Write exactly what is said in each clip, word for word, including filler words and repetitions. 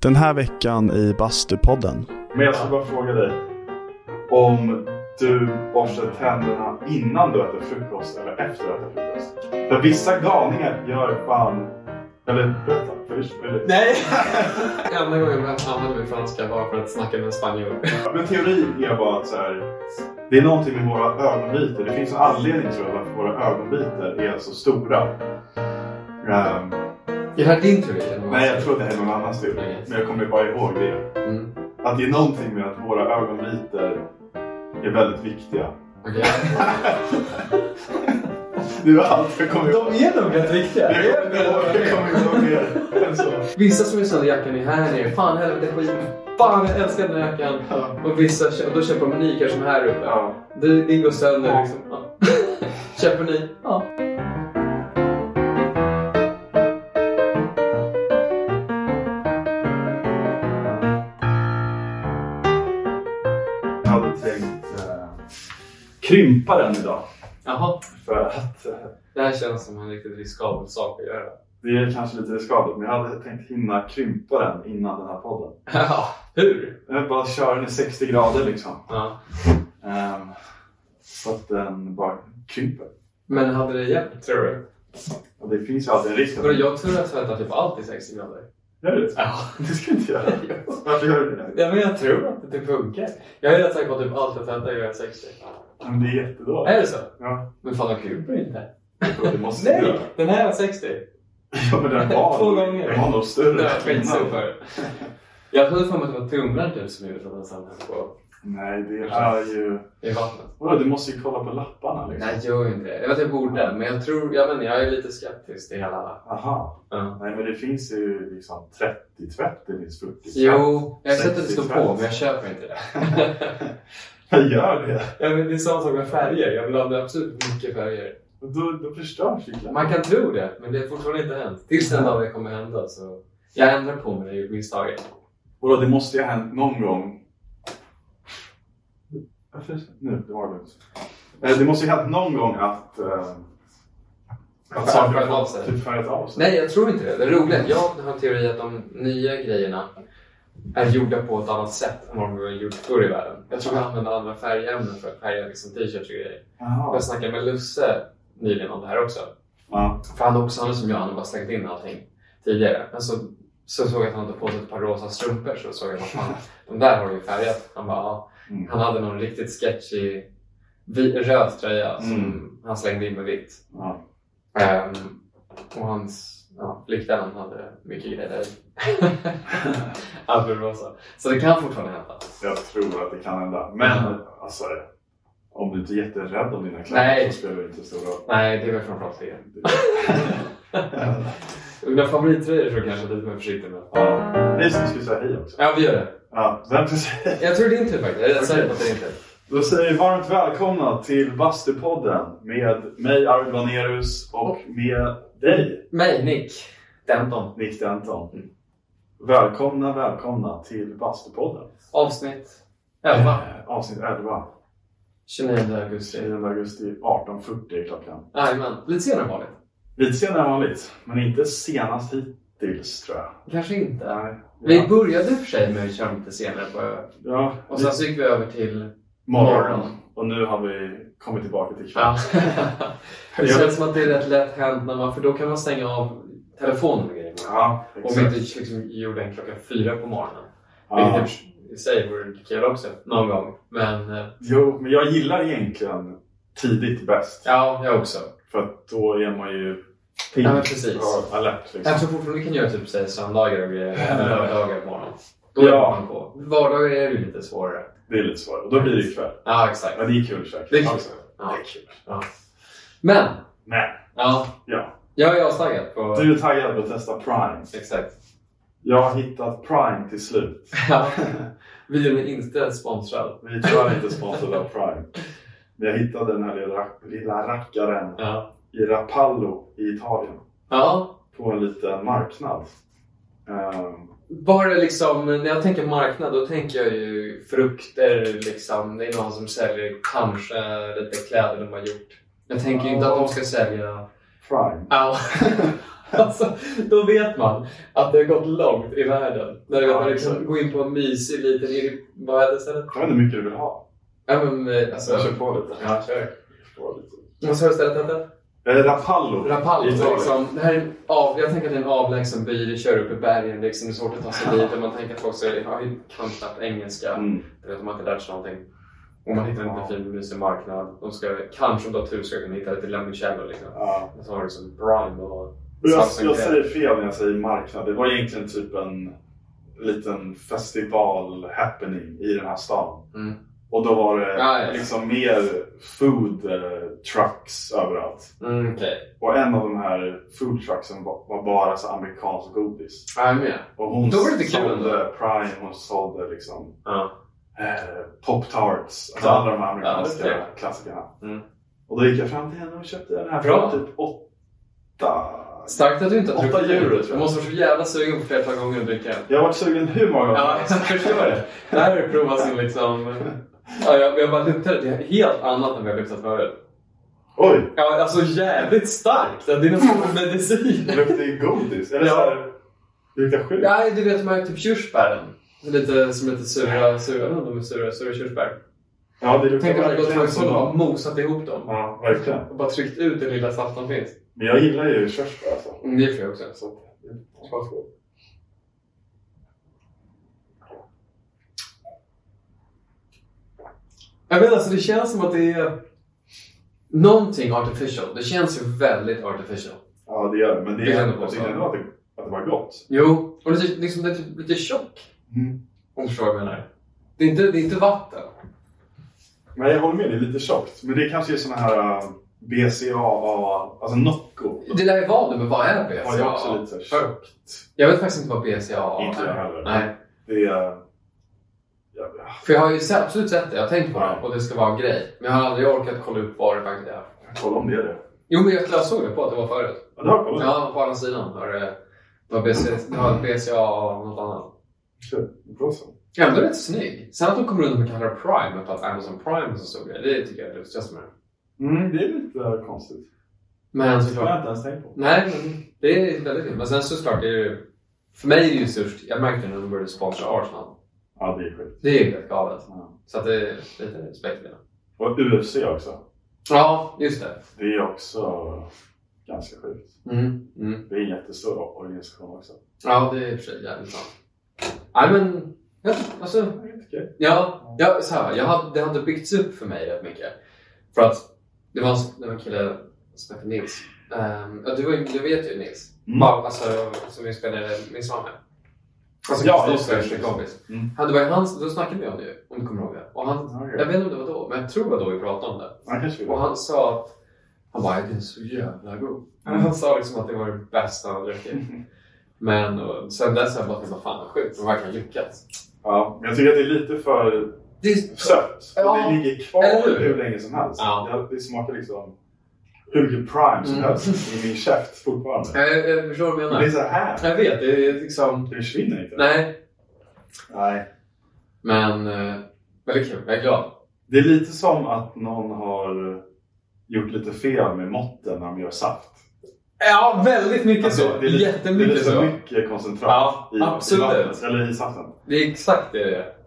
Den här veckan i Bastupodden. Men jag ska bara fråga dig om du borstar tänderna innan du äter frukost eller efter att äta frukost. För vissa galningar gör fan... Eller berätta, för det... Nej! Enda gången jag använde mig franska var för att snacka med en spanjor. Men teorin är bara att så här, det är någonting med våra ögonvitor. Det finns en anledning tror jag varför våra ögonvitor är så stora. Um, Är det här din teori? nej, jag tror det är någon annans teori. Okay. Men jag kommer bara ihåg det. Mm. Att det är någonting med att våra ögonvitor är väldigt viktiga. Okej. Okay. Du har alltid kommit ihåg. De är nog rätt viktiga. Jag kommer ihåg det. Vissa som är sönder jackan är här nere. Fan, helvete skit. Fan, jag älskar den här jackan. Ja. Och vissa, och då köper de unikar som är här uppe. Ja. Det, det går sönder ja. Liksom. Ja. Köper ni? Ja. Jag hade tänkt äh, krympa den idag. Jaha. För att... Äh, det här känns som en riktigt riskabel sak att göra. Det är kanske lite riskabelt, men jag hade tänkt hinna krympa den innan den här podden. Ja, hur? Jag bara kör den i sextio grader liksom. Ja. Um, så att den bara krymper. Men hade det hjälpt, tror du? Och det finns ju alltid en risk. Att... Jag tror att tvättar typ alltid sextio grader. Gör du det? Ja. Det ska inte göra. Varför gör du det? Ja, men jag tror att det funkar. Jag är rätt säker på att typ allt jag tvättar gör sextio. Men det är jättedåligt. Är det så? Ja. Men fan, jag krymper inte. Det måste Nej, göra. den här är sextio. Ja, men den var, Två gånger. Den var nog större. Det var skitsupor. Jag trodde för mig att det var tumlaren typ som gjorde att den samlades på. Nej, det är ju... I vattnet. Vadå, du måste ju kolla på lapparna liksom. Nej, jag gör ju inte det. Jag vet att jag borde, men jag tror... Jag, men, jag är lite skeptisk till hela... Aha. Ja. Nej, men det finns ju liksom trettio tvätt, det finns fyrtio tvätt. Jo, jag har sett att det står på, men jag köper inte det. Jag gör det. Ja, men det är samma sak med färger. Jag vill ha absolut mycket färger. Då, då förstörs ju klart. Man kan tro det, men det är fortfarande inte hänt. Tills den dag det kommer hända, så... Jag ändrar på mig när jag gjort misstaget. Och då, det måste ju ha hänt någon gång. Varför? Nu, det var det. Det måste ju ha hänt någon gång att... Äh, att saker har fått typ färgat av sig. Nej, jag tror inte det. Det är roligt. Jag har en teori att de nya grejerna är gjorda på ett annat sätt än vad de har gjort förr i världen. Jag tror jag använder andra färgämnen för att färga liksom t-shirts och grejer. Aha. Jag snackade med Lusse nyligen om det här också. Ja. För han också, han som jag, han bara slängt in allting tidigare. Men så, så såg jag att han hade på sig ett par rosa strumpor, så såg jag att fan, de där har ju färgat. Han bara, ja. Mm. Han hade någon riktigt sketchy röd tröja som mm. han slängde in med vitt. Ja. Um, och hans ja, flickvän hade mycket grejer i. Allt rosa. Så det kan fortfarande hända. Jag tror att det kan hända. Men mm. alltså, om du inte är jätterädd om dina kläder Nej. så spelar det inte stor roll. Nej, det är väl framförallt det. Mina favorittröjor tror jag kanske lite mer försiktig med. Ja. Nej, så ska vi säga hej också. Ja, vi gör det. Ja, vem ska säga? Jag tror det är din tur faktiskt. Jag är rätt säker på att det är din tur. Då säger vi varmt välkomna till Bastupodden med mig, Arvid Vanerus, och med dig. Mig, Nick Denton. Nick Denton. Mm. Välkomna, välkomna till Bastupodden. Avsnitt elva. Eh, avsnitt elva. tjugonionde augusti. tjugonionde augusti, arton fyrtio klockan. Jajamän, lite senare vanligt. Lite senare än vanligt, men inte senast hittills tror jag. Kanske inte. Nej. Vi Ja. började för sig med att köra lite senare på ja, och sen så gick vi över till morgon. morgon. Och nu har vi kommit tillbaka till kväll. Ja. Det känns som att det är rätt lätt hänt när man, för då kan man stänga av telefonen och grejer. Ja, exakt. Om vi inte liksom gjorde en klockan fyra på morgonen. Ja. Vilket i sig vore kul också någon gång. Men, jo, men jag gillar egentligen tidigt bäst. ja, jag också. För att då är man ju pigg Ja, men precis. och alert. Liksom. Jag tror fortfarande vi kan göra typ säg, söndagar och grejer. Eller lördagar på morgonen. Då Ja. är man på. Vardagar är det lite svårare. Det är lite svårt. Och då blir det kväll. Ja, exakt. Men det är kul säkert. Det är kul. Också. Ja. Det är kul. Ja. Men, Men, ja. ja. Jag är avslaggad på... Du är taggad på att testa Prime. Exakt. Jag har hittat Prime till slut. Ja. Vi är inte sponsrad. Vi tror inte sponsrade av Prime. Men jag hittade den här lilla, lilla rackaren Ja. i Rapallo i Italien. Ja. På en liten marknad. Um, Bara liksom, när jag tänker marknad då tänker jag ju frukter liksom. Det är någon som säljer kanske lite kläder de har gjort. Jag tänker ju inte att de ska sälja... Prime. Ja. Alltså, då vet man att det har gått långt i världen. När du Ja, kan gå in på en mysig liten... Vad är det stället? Jag vet inte hur mycket du vill ha. Ja, men alltså... Jag kör på lite. Ja, kör. På lite. Vad sa du stället hette? Eh, Rapallo. Rapallo, I Italien. liksom, det här är en av, jag tänker att det är en avlägsen by, det kör upp i bergen, liksom, det är svårt att ta sig dit. Man tänker att folk säger, ja, kan knappt engelska, Mm. du vet, de har inte lärt sig någonting. Och man hittar inte en fin mysig marknad. De ska, kanske om du har tur ska kunna hitta lite limoncello liksom. Ja. Och så har du liksom Brime och... Jag, jag säger fel när jag säger marknad. Det var egentligen typ en liten festival-happening i den här stan. Mm. Och då var det Ah, ja. liksom mer food eh, trucks överallt. Mm, okej. Okay. Och en av de här food trucksen var, var bara så amerikansk godis. Jag är med. Och hon Då var det lite kul sålde Prime, hon sålde liksom Ja. eh, Pop-Tarts. Alltså Ja. alla de här amerikanska Ja, det klassikerna. Mm. Och då gick jag fram till henne och köpte den här Bra. för typ åtta... Starkt att du inte har Åtta druckit euro, euro. tror Du jag. måste vara så jävla sugen på flera gånger att dricka. Jag har varit sugen hur många gånger? Ja, jag förstår det. Det här har du provat sin liksom... Ja, jag, jag bara luktar det är helt annat än vi har luktat förut. Oj! Ja, alltså jävligt starkt. Det är nästan medicin. Det luktar ju godis. Eller Ja. så här, det luktar sjukt. Nej, du vet man har typ körsbären. Lite som lite sura, sura, de är sura, sura körsbär. Ja, det luktar Tänk om du har verkligen tagit som så och dem. mosat ihop dem. Ja, verkligen. Och bara tryckt ut det lilla saft som finns. Men jag gillar ju körsbär alltså. Mm, det får jag också. Så, varsågod. Jag vet alltså, det känns som att det är någonting artificial. Det känns ju väldigt artificial. Ja, det gör det. Men det, Det är, händer på jag tycker så. ändå att det, att det var gott. Jo, och det är liksom det är typ lite tjock. Mm. Om du förstår vad jag menar. Det är inte, det är inte vatten. Men jag håller med, det är lite tjockt. Men det kanske är såna här uh, B C A A, alltså Nocco. Det där är vad nu, men vad är B C A A? Har jag också lite tjockt. Jag vet faktiskt inte vad B C A A är. Inte jag heller. Nej. Det är... Ja, ja. För jag har ju sett- absolut sett det, jag har tänkt på det Ja. och det ska vara en grej. Men jag har aldrig orkat kolla upp vad det faktiskt är. Kolla om det är det. Jo, men jag jag såg det på att det var förut. Ja, det har jag kollat. Ja, på andra sidan har det, det var B C, det var B C A A och något annat. Kul. Bra så. Ja, men det är rätt snygg. Sen att de kommer runt och kallar det Prime för att Amazon Prime är så stor grej, det tycker jag är lustigast med det. Mm, det är lite uh, konstigt. Men Det har jag såklart. inte ens tänkt på. Nej, men det är väldigt kul. Men sen såklart, det är ju... För mig är det ju störst. Jag märkte när de började sponsra Arsenal. Ja, det är sjukt. Det är ju helt galet. Ja. Så att det är lite respekt för det. Och U F C också. Ja, just det. Det är också ganska sjukt. Mm, mm. Det är en jättestor organisation också. Ja, det är i och för sig jävligt sant. Nej, men... Ja, alltså... Okej. Ja, ja så här, jag hade, det hade byggts upp för mig rätt mycket. För att det var, det var en kille som hette Nils. Um, ja, du, var, du vet ju Nils. Mm. Bara, alltså, som vi spelade min son med. Alltså, Ja, ja, just det, just just det. kompis. Mm. Han, det var ju hans, då snackade vi om det ju, om du kommer ihåg det. Och han, Okej. jag vet inte om det var då, men jag tror det var då vi pratade om det. Han kanske vill. Och han sa att, han bara, den är så jävla god. Mm. Han sa liksom att det var det bästa han hade druckit. Men och, sen dess har jag bara tänkt, vad fan vad sjukt, de verkligen lyckats. Ja, men jag tycker att det är lite för Det är, sött. Ja. Och det ligger kvar Eller hur? hur länge som helst. Ja. Det, det smakar liksom hur mycket prime som Mm. helst i min käft fortfarande. jag, jag förstår vad du menar. Det är så här. Jag vet, det är liksom... Det försvinner inte. Nej, Nej. men eh, väldigt kul. Jag är glad. Det är lite som att någon har gjort lite fel med måtten när de gör saft. Ja, väldigt mycket Alltså, så. det är lite, Jättemycket det är lite så. så mycket koncentrat Ja, i, absolut. i vattnet, eller i saften. Det är exakt det det är.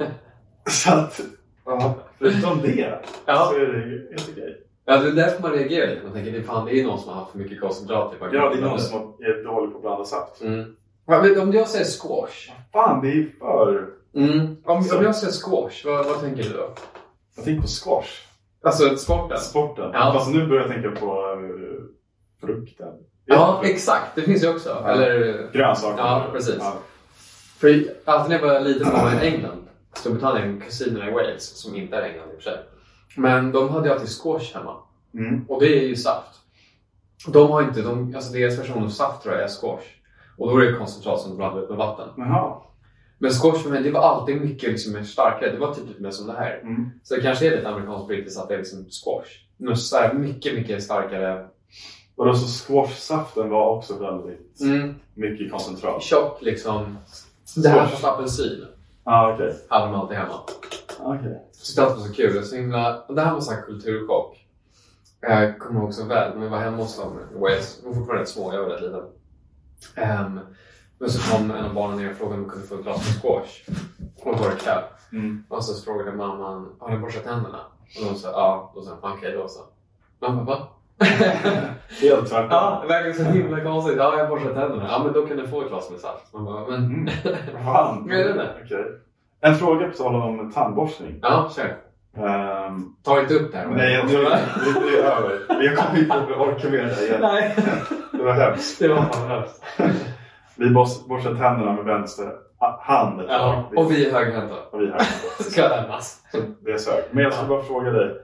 Så att, ja, förutom det Ja. så är det ju helt okej. Ja, det är därför man reagerar lite. Man tänker, det är, fan, det är någon som har haft för mycket koncentrat. Ja, det är någon som är dålig på att blanda saft. Mm. Ja, men om jag säger squash. Fan, det är ju för... Mm. Om, om jag säger squash, vad, vad tänker du då? Jag tänker på squash. Alltså sporten? Sporten. Ja. Fast nu börjar jag tänka på uh, frukten. Ja, exakt. Det finns ju också. Ja. Eller... Grönsaker. Ja, precis. Ja. För alltid när jag var liten var i England. Storbritannien, kusinerna i Wales, som inte är England i och för sig. Men de hade ju alltid squash hemma. Mm. Och det är ju saft. De har inte, de, alltså deras version av saft tror jag är squash. Och då är det koncentrat som blandar ut med vatten. Jaha. Men squash för mig, det var alltid mycket liksom mer starkare. Det var typ lite mer som det här. Mm. Så det kanske är lite amerikanskt-brittiskt att det är liksom squash. Men så här mycket, mycket starkare. Och då så squash-saften var också väldigt Mm. mycket koncentrat. Tjock liksom. Det här Squash. fast apelsin. Ja, ah, okej. Hade man alltid hemma. Okay. Så det var så kul. Det, så himla, det här var så här kulturchock. Jag kommer ihåg så väl, men vi var hemma hos dem. Jag var fortfarande rätt små, jag var rätt liten. Um, men så kom en av barnen ner och frågade om vi kunde få ett glas med squash. Och då var det kväll. Mm. Och så frågade mamman, har ni borstat tänderna? Och de sa, ja. Då sa okej okay, då så. Mamma, va? Helt tvärtom. Ja, det verkar så himla konstigt. Ja, jag borstar tänderna. Ja, men då kan du få ett glas med saft. Man bara, men... Mm. Fan. Jag vet inte. Okay. En fråga på tal om tandborstning. Ja, kör. Um, Ta inte upp det här. Nej, jag tror det är över. Jag kommer inte att orka med det igen. Nej. Det var hemskt. Det var fan hemskt. Vi borstar tänderna med vänster hand. Ja, och vi är högerhänta. Och vi är högerhänta. Ska lämnas. Det är sökt. Men jag ska bara fråga dig.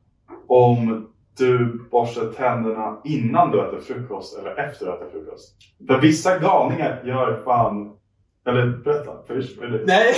Om du borstar tänderna innan du äter frukost eller efter du äter frukost. För vissa galningar gör fan... Eller berätta, först. Eller... Nej!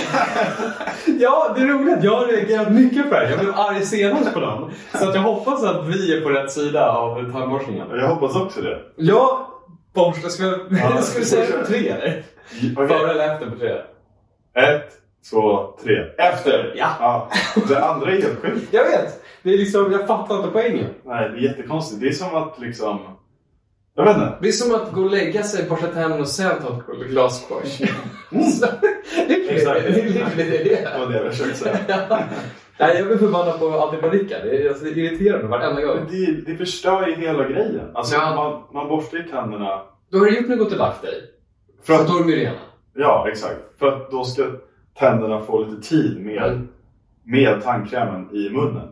Ja, det är roligt. Jag har reagerat mycket på det. Jag blev arg senast på dem. Så att jag hoppas att vi är på rätt sida av tandborstningen. Jag hoppas också det. Ja, borstar. Ska vi, ja, ska vi säga på tre eller? Okay. Före eller efter på tre? Ett, två, tre. Efter! Ja. Ja. Det andra är helt sjukt. Jag vet. Det är liksom, jag fattar inte poängen. Nej, det är jättekonstigt. Det är som att liksom... Jag vet inte. Det är som att gå och lägga sig, borsta tänderna och sen ta ett glas squash. Mm. Det är exakt. Det är det. Det var det jag försökte säga. Ja. Nej, jag blir förbannad på antibiotika. Det är, alltså, det är irriterande varenda gång. Det, det förstör ju hela grejen. Alltså ja. man, man borstar ju tänderna. Då har du gjort något lagt dig. För att då är de ju rena. Ja, exakt. För att då ska tänderna få lite tid med, mm. med tandkrämen i munnen.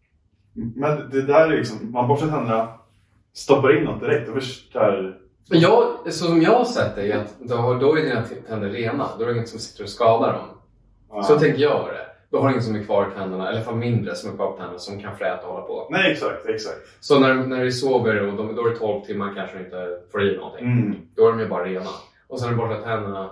Men det där är liksom, man borstar tänderna, stoppar in något direkt och förstör. Jag, så som jag har sett det är att då, då är dina tänder rena. Då är det inget som sitter och skadar dem. Ja. Så tänker jag det. Då har du inget som är kvar i tänderna, eller för mindre som är kvar på tänderna som kan fräta och hålla på. Nej, exakt, exakt. Så när, när du sover och de, då är det tolv timmar kanske du inte får i någonting. Mm. Då är de ju bara rena. Och sen när du borstar tänderna.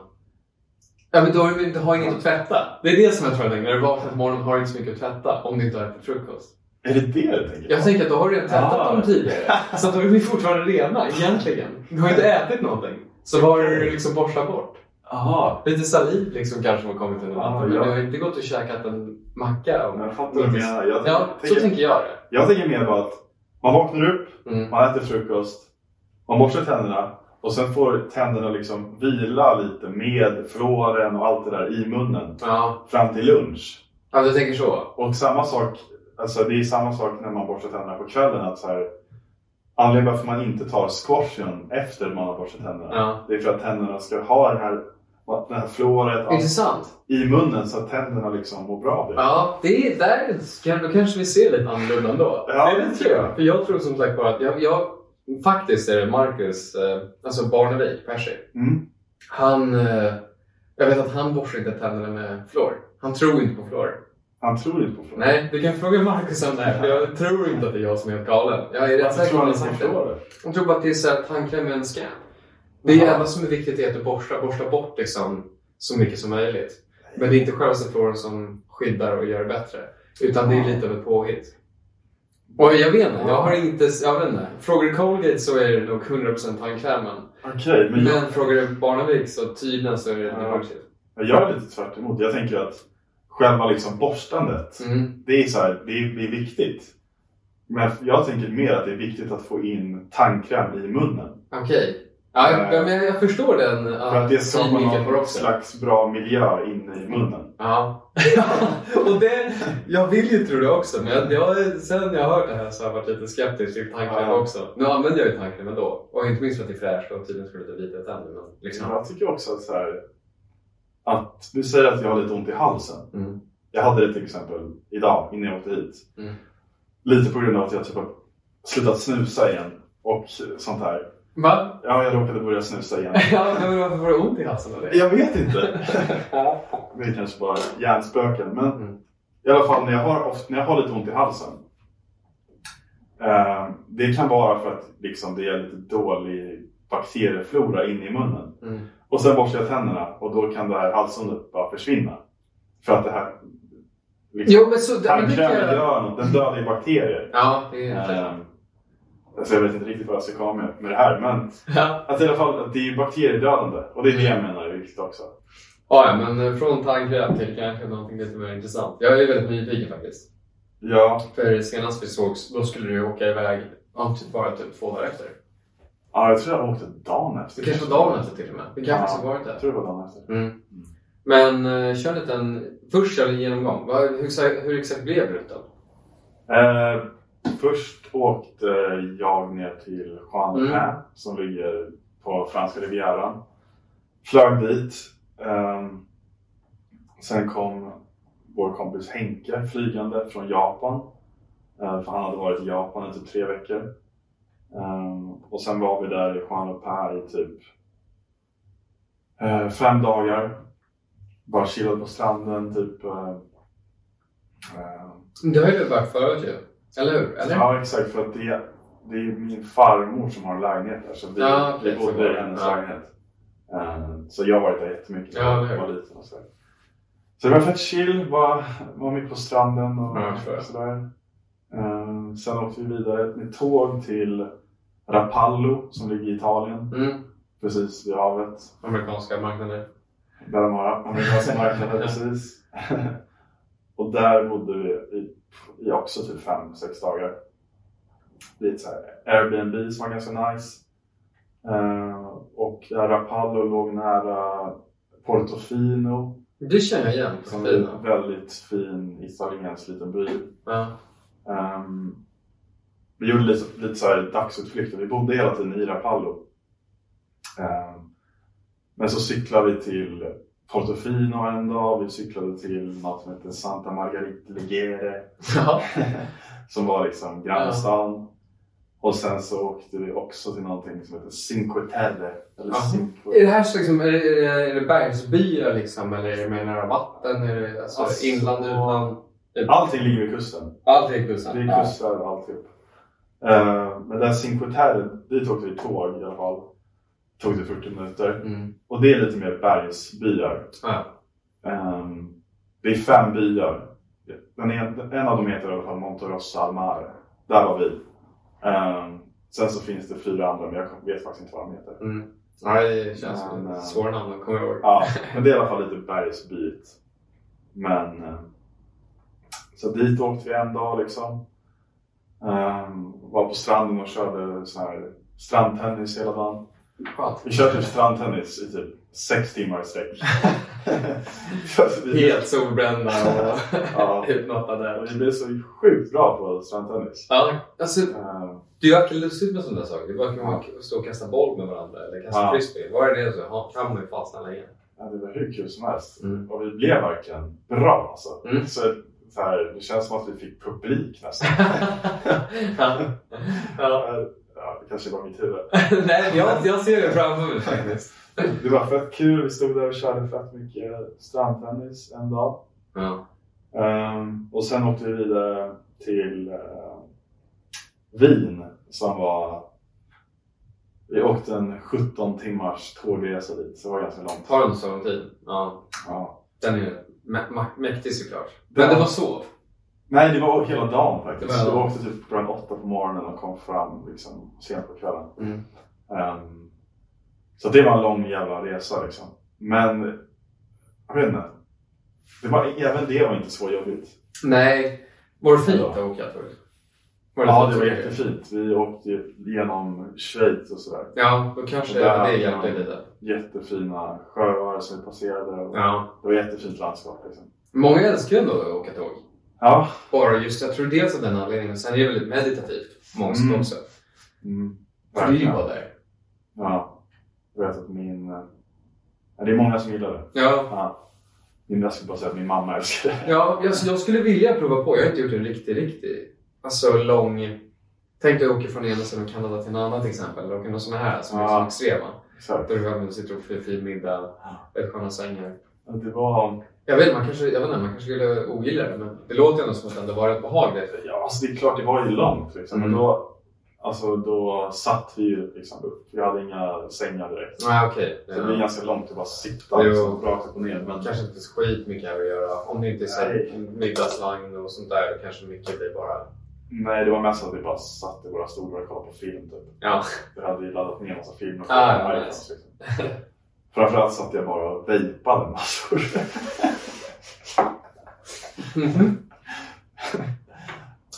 Ja, men då har du inte har inget att tvätta. Det är det som jag tror jag. När du vaknar på morgonen har du inte så mycket att tvätta om du inte har ätit frukost. Är det det du tänker på? Jag tänker att då har du redan tvättat ah. dem tidigare. Så att då är vi fortfarande rena egentligen. Du har inte ätit någonting. Så vad har du liksom borstat bort? Aha. Lite saliv liksom kanske har kommit under natten. Ah, men ja. Du har inte gått och käkat en macka. Och jag fattar vad du menar. Jag ja, tänker, så tänker jag det. Jag tänker mer på att man vaknar upp, mm. man äter frukost, man borstar tänderna. Och sen får tänderna liksom vila lite med fluoren och allt det där i munnen. Ja. Fram till lunch. Ja, du tänker så. Och samma sak, alltså det är samma sak när man borstar tänderna på kvällen. Att så här, anledningen varför man inte tar squashen efter man har borstat tänderna. Ja. Det är för att tänderna ska ha den här, den här fluoret Intressant. I munnen så att tänderna liksom mår bra av det. Ja, det är där. Då kanske vi ser lite annorlunda ändå. Ja, det tror jag. För jag tror som sagt bara att jag... jag faktiskt är det Marcus, eh, alltså Barnevik, Percy. Mm. Han, eh, jag vet att han borstar inte tänderna med fluor. Han tror inte på fluor. Han tror inte på fluor? Nej, du kan fråga Marcus om det här. För jag tror inte att det är jag som är galen. Jag är rätt säker på att han tror det. Han tror bara att det är så att tandkräm är en scam. Det är enda som är viktigt är att du borstar, borstar bort liksom så mycket som möjligt. Men det är inte själva fluoren som skyddar och gör det bättre. Utan det är lite av ett påhitt. Och jag vet inte, jag har inte, jag vet inte. Frågar du Colgate så är det nog hundra procent tandkrämen. Okej, men... Men jag... frågar du Barnevik så tydligen så är det ja. Det jag är lite tvärt emot. Jag tänker att själva liksom borstandet, mm. det är så här, det är, det är viktigt. Men jag tänker mer att det är viktigt att få in tandkräm i munnen. Okej. Ja, jag, äh, men jag förstår den. För att det skapar någon slags bra miljö inne i munnen. Ja, och det, jag vill ju tro det också. Men jag, jag, sen jag har hört det här så har jag varit lite skeptisk till tandkräm ja. också. Nu använder jag ju tandkräm ändå. Och inte minst för att det är fräscht och tydligen skulle lite vita tänder. Men liksom. Jag tycker också att så här, att du säger att jag har lite ont i halsen. Mm. Jag hade det till exempel idag innan jag åkte hit. Mm. Lite på grund av att jag typ har slutat snusa igen och sånt här. Va? Ja, jag råkade börja snusa igen. Ja, men varför var det ont i halsen av det? Jag vet inte. Det är kanske bara hjärnspöken. Men mm. i alla fall när jag har, ofta, när jag har lite ont i halsen. Eh, det kan vara för att liksom, det är lite dålig bakterieflora inne i munnen. Mm. Och sen borstar jag tänderna och då kan det här halsondet bara försvinna. För att det här... Liksom, jo, men så... tandkrämen jag... gör något. Den dödar ju bakterier. Ja, det är det. Eh, Alltså jag vet inte riktigt vad jag ska komma med, med det här. Men ja. att i alla fall att det är bakteriedödande. Och det är det jag menar är viktigt också. Ja, men från tandkräm till kanske någonting lite mer intressant. Jag är väldigt nyfiken faktiskt. Ja. För senast vi sågs, då skulle du åka iväg om typ bara typ två dagar efter. Ja, jag tror jag åkte dagen efter. Det kanske var dagen efter till och med. Det kanske ja, har varit det. Jag tror det var dagen efter. Mm. Mm. Men uh, kör lite en först eller genomgång. Vad, hur, hur exakt blev rutten? Eh, först åkte jag ner till Juan de mm. som ligger på franska rivieran. Flög dit. Eh, sen kom vår kompis Henke flygande från Japan. Eh, för han hade varit i Japan i typ tre veckor. Um, och sen var vi där i Juan de Paz i typ uh, fem dagar. Bara chillade på stranden typ. Uh, uh, det har ju varit förut ju. Eller hur? Eller? Ja, exakt. För att det, det är min farmor som har en lägenhet där. Så vi, ja, vi bodde i hennes ja. lägenhet. Uh, så jag har varit där jättemycket när ja, jag var liten och så. Så det var fett chill. Var, var mitt på stranden och ja, sådär. Uh, sen åkte vi vidare med tåg till Rapallo som ligger i Italien. Mm. Precis vid havet. Amerikanska marknader. Där de har amerikanska marknader, precis. Och där bodde vi i, i också typ fem, sex dagar. Lite så här Airbnb som var ganska nice. Uh, och Rapallo låg nära Portofino. Det känner jag igen. Som är en väldigt fin italiensk liten by. Ja. Um, vi gjorde lite, lite så här dagsutflykter. Vi bodde hela tiden i Rapallo. Um, men så cyklade vi till Portofino en dag. Vi cyklade till något som heter Santa Margherita Ligere. Ja. Som var liksom grannstan. Ja. Och sen så åkte vi också till någonting som heter Cinque Terre. Eller Cinque... Är det här så liksom, är det, är det bergsbyar liksom? Eller är det mer nära vatten? Är det alltså, alltså, inland, utland? Allting ligger vid kusten. Allting vid kusten? Det är kusten och alltihop. Uh, men den Cinque Terre, dit åkte vi tåg i alla fall. Tog det fyrtio minuter. Mm. Och det är lite mer bergsbyar. Ja. Um, det är fem byar. Den en, en av dem heter i alla fall Monterossa al Mare. Där var vi. Um, sen så finns det fyra andra, men jag vet faktiskt inte vad de heter. Mm. Ja, det känns men, som svåra namn, kommer jag ihåg. Ja, men det är i alla fall lite bergsbyt. Men um, så dit åkte vi en dag liksom. Um, var på stranden och körde så här strandtennis hela dagen. What? Vi körde typ strandtennis i typ sex timmar i sträck. Helt solbrända och ja. Utmattade. Vi blev så sjukt bra på strandtennis. Ja, alltså uh, det är verkligen lustigt med sådana saker. Det bara kan man stå och kasta boll med varandra eller kasta ja. frisbee. Vad är det så? Kan man ju fastna länge. Ja, det var hur kul som helst. Mm. Och vi blev verkligen bra alltså. Mm. Så, så här, det känns som att vi fick publik nästan. ja. Ja. Ja, det kanske var mitt huvud. Nej, jag, jag ser det framför mig faktiskt. Det var fett kul. Vi stod där och körde fett mycket strandtennis en dag. Ja. Um, och sen åkte vi vidare till uh, Wien som var... Vi åkte en sjutton timmars tågresa dit, så det var ganska långt. Tar den så lång tid? Ja. Ja. Den är ju mä- mä- mäktig såklart. Men det var så? Nej, det var hela dagen faktiskt. Vi åkte typ klockan åtta på morgonen och kom fram liksom sent på kvällen. Mm. Um, så det var en lång jävla resa liksom. Men, jag vet inte. Det var, även det var inte så jobbigt. Nej, var det fint att åka förut? Var det ja, det var jättefint. Vi åkte genom Schweiz och sådär. Ja, då kanske och det hjälpte lite. Jättefina sjöar som vi passerade. Och ja. Det var jättefint landskap liksom. Många älskar ändå att åka tåg. Ja. Bara just, jag tror dels av den anledningen. Sen är det väldigt meditativt. Många mm. också. Mm. För det är ju bara där. Ja. Jag vet att min... Ja, det är många som gillar det. Ja. Ja. Jag skulle bara säga att min mamma älskar det. Ja, jag, jag skulle vilja prova på. Jag har inte gjort en riktig, riktig... Alltså lång... Tänk dig att åka från ena sidan Kanada till en annan till exempel. Eller åka någon sån här som ja. är extrema. Exakt. Där du väl sitter och får fin middag. Väldigt sköna sängar. Ja, det var... Jag vet, man kanske, jag vet inte, man kanske skulle ogilla det, men det låter ändå som att det ändå var rätt behagligt. Ja, alltså det är klart, det var ju långt liksom. Mm. Men då, alltså, då satt vi ju liksom upp. Vi hade inga sängar direkt. Nej, okej. Okay. Så det är ganska långt att bara sitta liksom, rakt upp och ner. Men kanske inte så skit mycket att göra. Om det inte är så middagsvagn och sånt där, då kanske mycket blir bara... Nej, det var mest att vi bara satt i våra stolar och kollade på film typ. Ja. Vi hade ju laddat ner en massa film och ah, ja, nice. liksom. Framförallt satt jag bara och vejpade massor.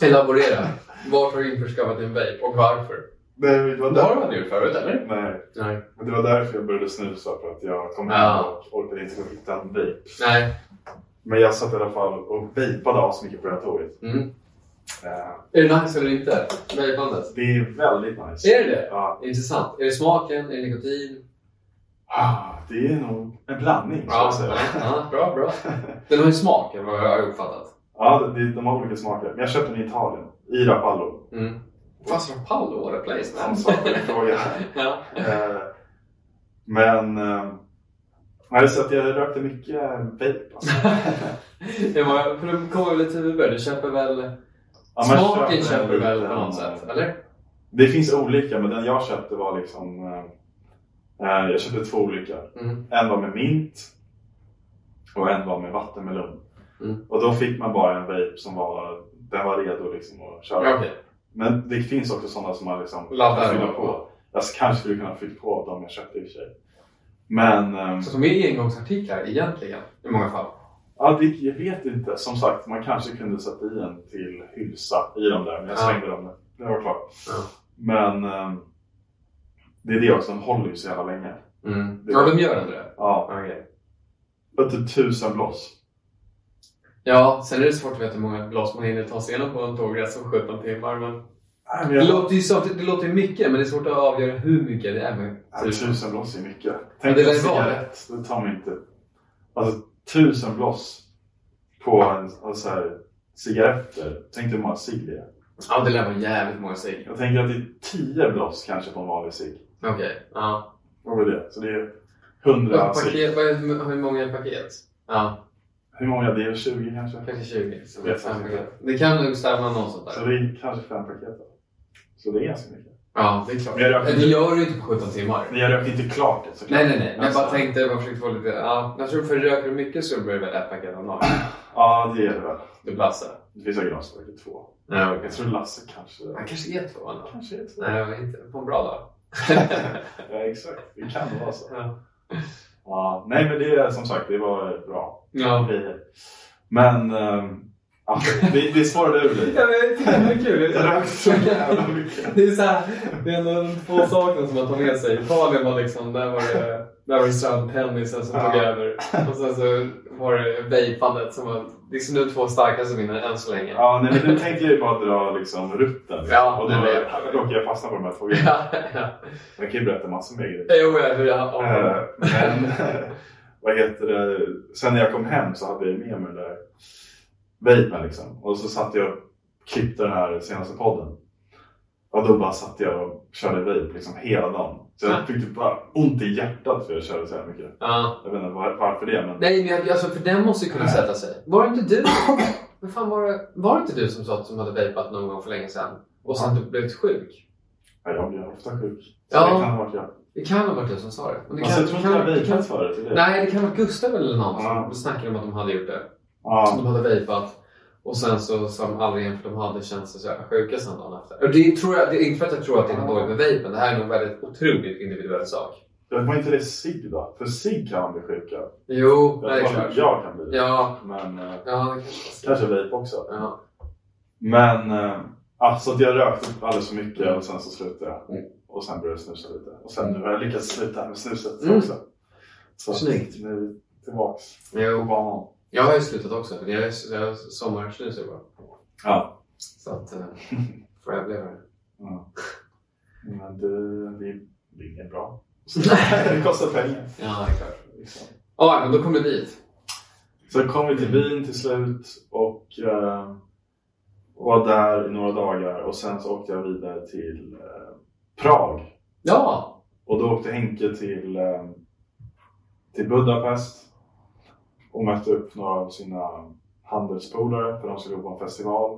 Elaborera. Vart har du införskaffat din vape och varför? Nej, det var Det har du aldrig gjort förut, eller? Nej. Nej. Men det var därför jag började snusa, för att jag kom hem Ja. och orkade inte hitta en vape. Nej. Men jag satt i alla fall och vapade av så mycket på det här tåget. Mm. Uh, Är det nice eller inte? Vapandet? det är väldigt nice. Är det det? Ja. Intressant. Är det smaken? Är det nikotin? Ah, det är nog en blandning, så Ja, att säga. ja, bra, bra. Den har ju smak, vad jag har uppfattat. Ja, de, de har olika smaker. Men jag köpte den i Italien. I Rapallo. Mm. Fast Rapallo, what a place. Som sagt, en fråga. Ja. Uh, men... Uh, Nej, så att jag rökte mycket vape. Alltså. Det var, för de kommer väl lite huvud. Du köper väl... Ja, smaken köper köper du väl på liten, något sätt, eller? Det finns olika, men den jag köpte var liksom... Eh, jag köpte två olika. Mm. En var med mint och en var med vattenmelon. Mm. Och då fick man bara en vape som var... Den var redo liksom att köra. Okay. Men det finns också sådana som man liksom laddar fylla på. Jag kanske skulle kunna fylla på dem jag köpte i och för sig. Men... Um, så de är engångsartiklar egentligen, i många fall? Ja, det, jag vet inte. Som sagt, man kanske kunde sätta i en till hylsa i dem där. Men jag slängde ja. dem. Det var klart. Ja. Men um, det är det också. De håller ju så jävla länge. Mm. Ja, de gör ändå det? Ja. Okay. Och typ tusen blås. Ja, sen är det svårt att veta hur många blås man hinner ta sig igenom på en tågresa som sjutton timmar. Men... Nej, jag... det, låter ju så, det låter ju mycket, men det är svårt att avgöra hur mycket det är. Med ja, tusen blås är mycket. Tänk dig en cigarett. Det tar mig inte... Alltså tusen blås på en alltså, här, cigaretter. Tänk dig hur många cigg det är. Ja, det lär vara jävligt många cigg. Jag tänker att det är tio blås kanske på en vanlig cigg. Okej, okay. Ja. Vad är det? Så det är hundra cigg. Hur många är paket? Ja. Hur många? Det är tjugo kanske? Kanske tjugo. Så det, det kan nog stämma någon sånt där. Så det är kanske fem paket. Så det är ganska mycket. Ja, det är klart. Men det gör du inte på sjutton timmar. Men jag röker inte klart det. Nej, nej, nej. Jag bara tänkte, jag bara försökte få lite... Ja, jag tror för röker du mycket så blir det väl ett paket om dagen. Ja, det är det väl. Du Lasse. Det finns säkert någon som röker två. Ja, okay. Jag tror Lasse kanske... Han kanske är två ändå. Kanske är två. Nej, inte på en bra dag. Ja, exakt. Det kan vara så. Ja. Ja, nej, men det är som sagt, det var bra. Ja. Men... Um... Ja, det, det svarade ur dig. Ja, men jag tycker det är kul. Jag rökte så jävla mycket. Det är så här, det är ändå två saker som man tar med sig. Italien var liksom, där var det, där var det strandtennisen som ja. tog över. Och sen så var det vapandet som var liksom nu två starkaste vinner än så länge. Ja, nej, men nu tänkte jag ju bara dra liksom rutten. Ja, och då råkade jag fastna på de här två grejerna. Ja, ja. Jag kan ju berätta massor med grejer. Jo, ja, hur jag har. Äh, men, vad heter det? Sen när jag kom hem så hade jag med mig den där vapen liksom. Och så satt jag och klippte den här senaste podden. Och då bara satt jag och körde vape liksom hela dagen. Så jag fick typ bara ont i hjärtat för jag körde så här mycket. Ja. Jag vet inte var, varför det, men... Nej, men alltså för den måste ju kunna sätta sig. Var det inte du? Men fan var det, var det inte du som sa att du hade vapat någon gång för länge sedan? Och sen du blev sjuk? Ja, jag blir ofta sjuk. Så ja. det kan ha varit jag. Det kan ha varit du som sa det. Men det alltså, kan, jag tror inte inte jag vapat förut. Det. Nej, det kan ha varit Gustav eller någon ja. som snackade om att de hade gjort det. Ja. Som de hade vapat. Och sen så som aldrig igen för de hade känt sig så jävla sjuka sen dagen efter. Och det tror jag, det är inte för att jag tror att det är något dåligt med vapen. Det här är nog väldigt otroligt individuell sak. Det var inte det cigg då? För cigg kan man bli sjuka. Jo, jag det är klart. Jag kan bli det. Ja. Men ja, det kanske, kanske vape också. Ja. Men alltså att jag rökte alldeles för mycket och sen så slutade jag. Mm. Och sen började jag snusa lite. Och sen nu har jag lyckats sluta med snuset mm. också. Så snyggt. Nu är vi tillbaks jo. på banan. Jag har ju slutat också. Jag är, jag är sommarsnusar bara. Ja. Så att, äh, får jag bli det. Ja. Men det, det, det är inget bra. Det kostar pengar. Ja, det är klart. Liksom. Ja, men då kom vi dit. Så kom vi till Wien till slut och uh, var där i några dagar. Och sen så åkte jag vidare till uh, Prag. Ja. Och då åkte Henke till, uh, till Budapest. Och mötte upp några av sina handelspolare för de skulle gå på en festival.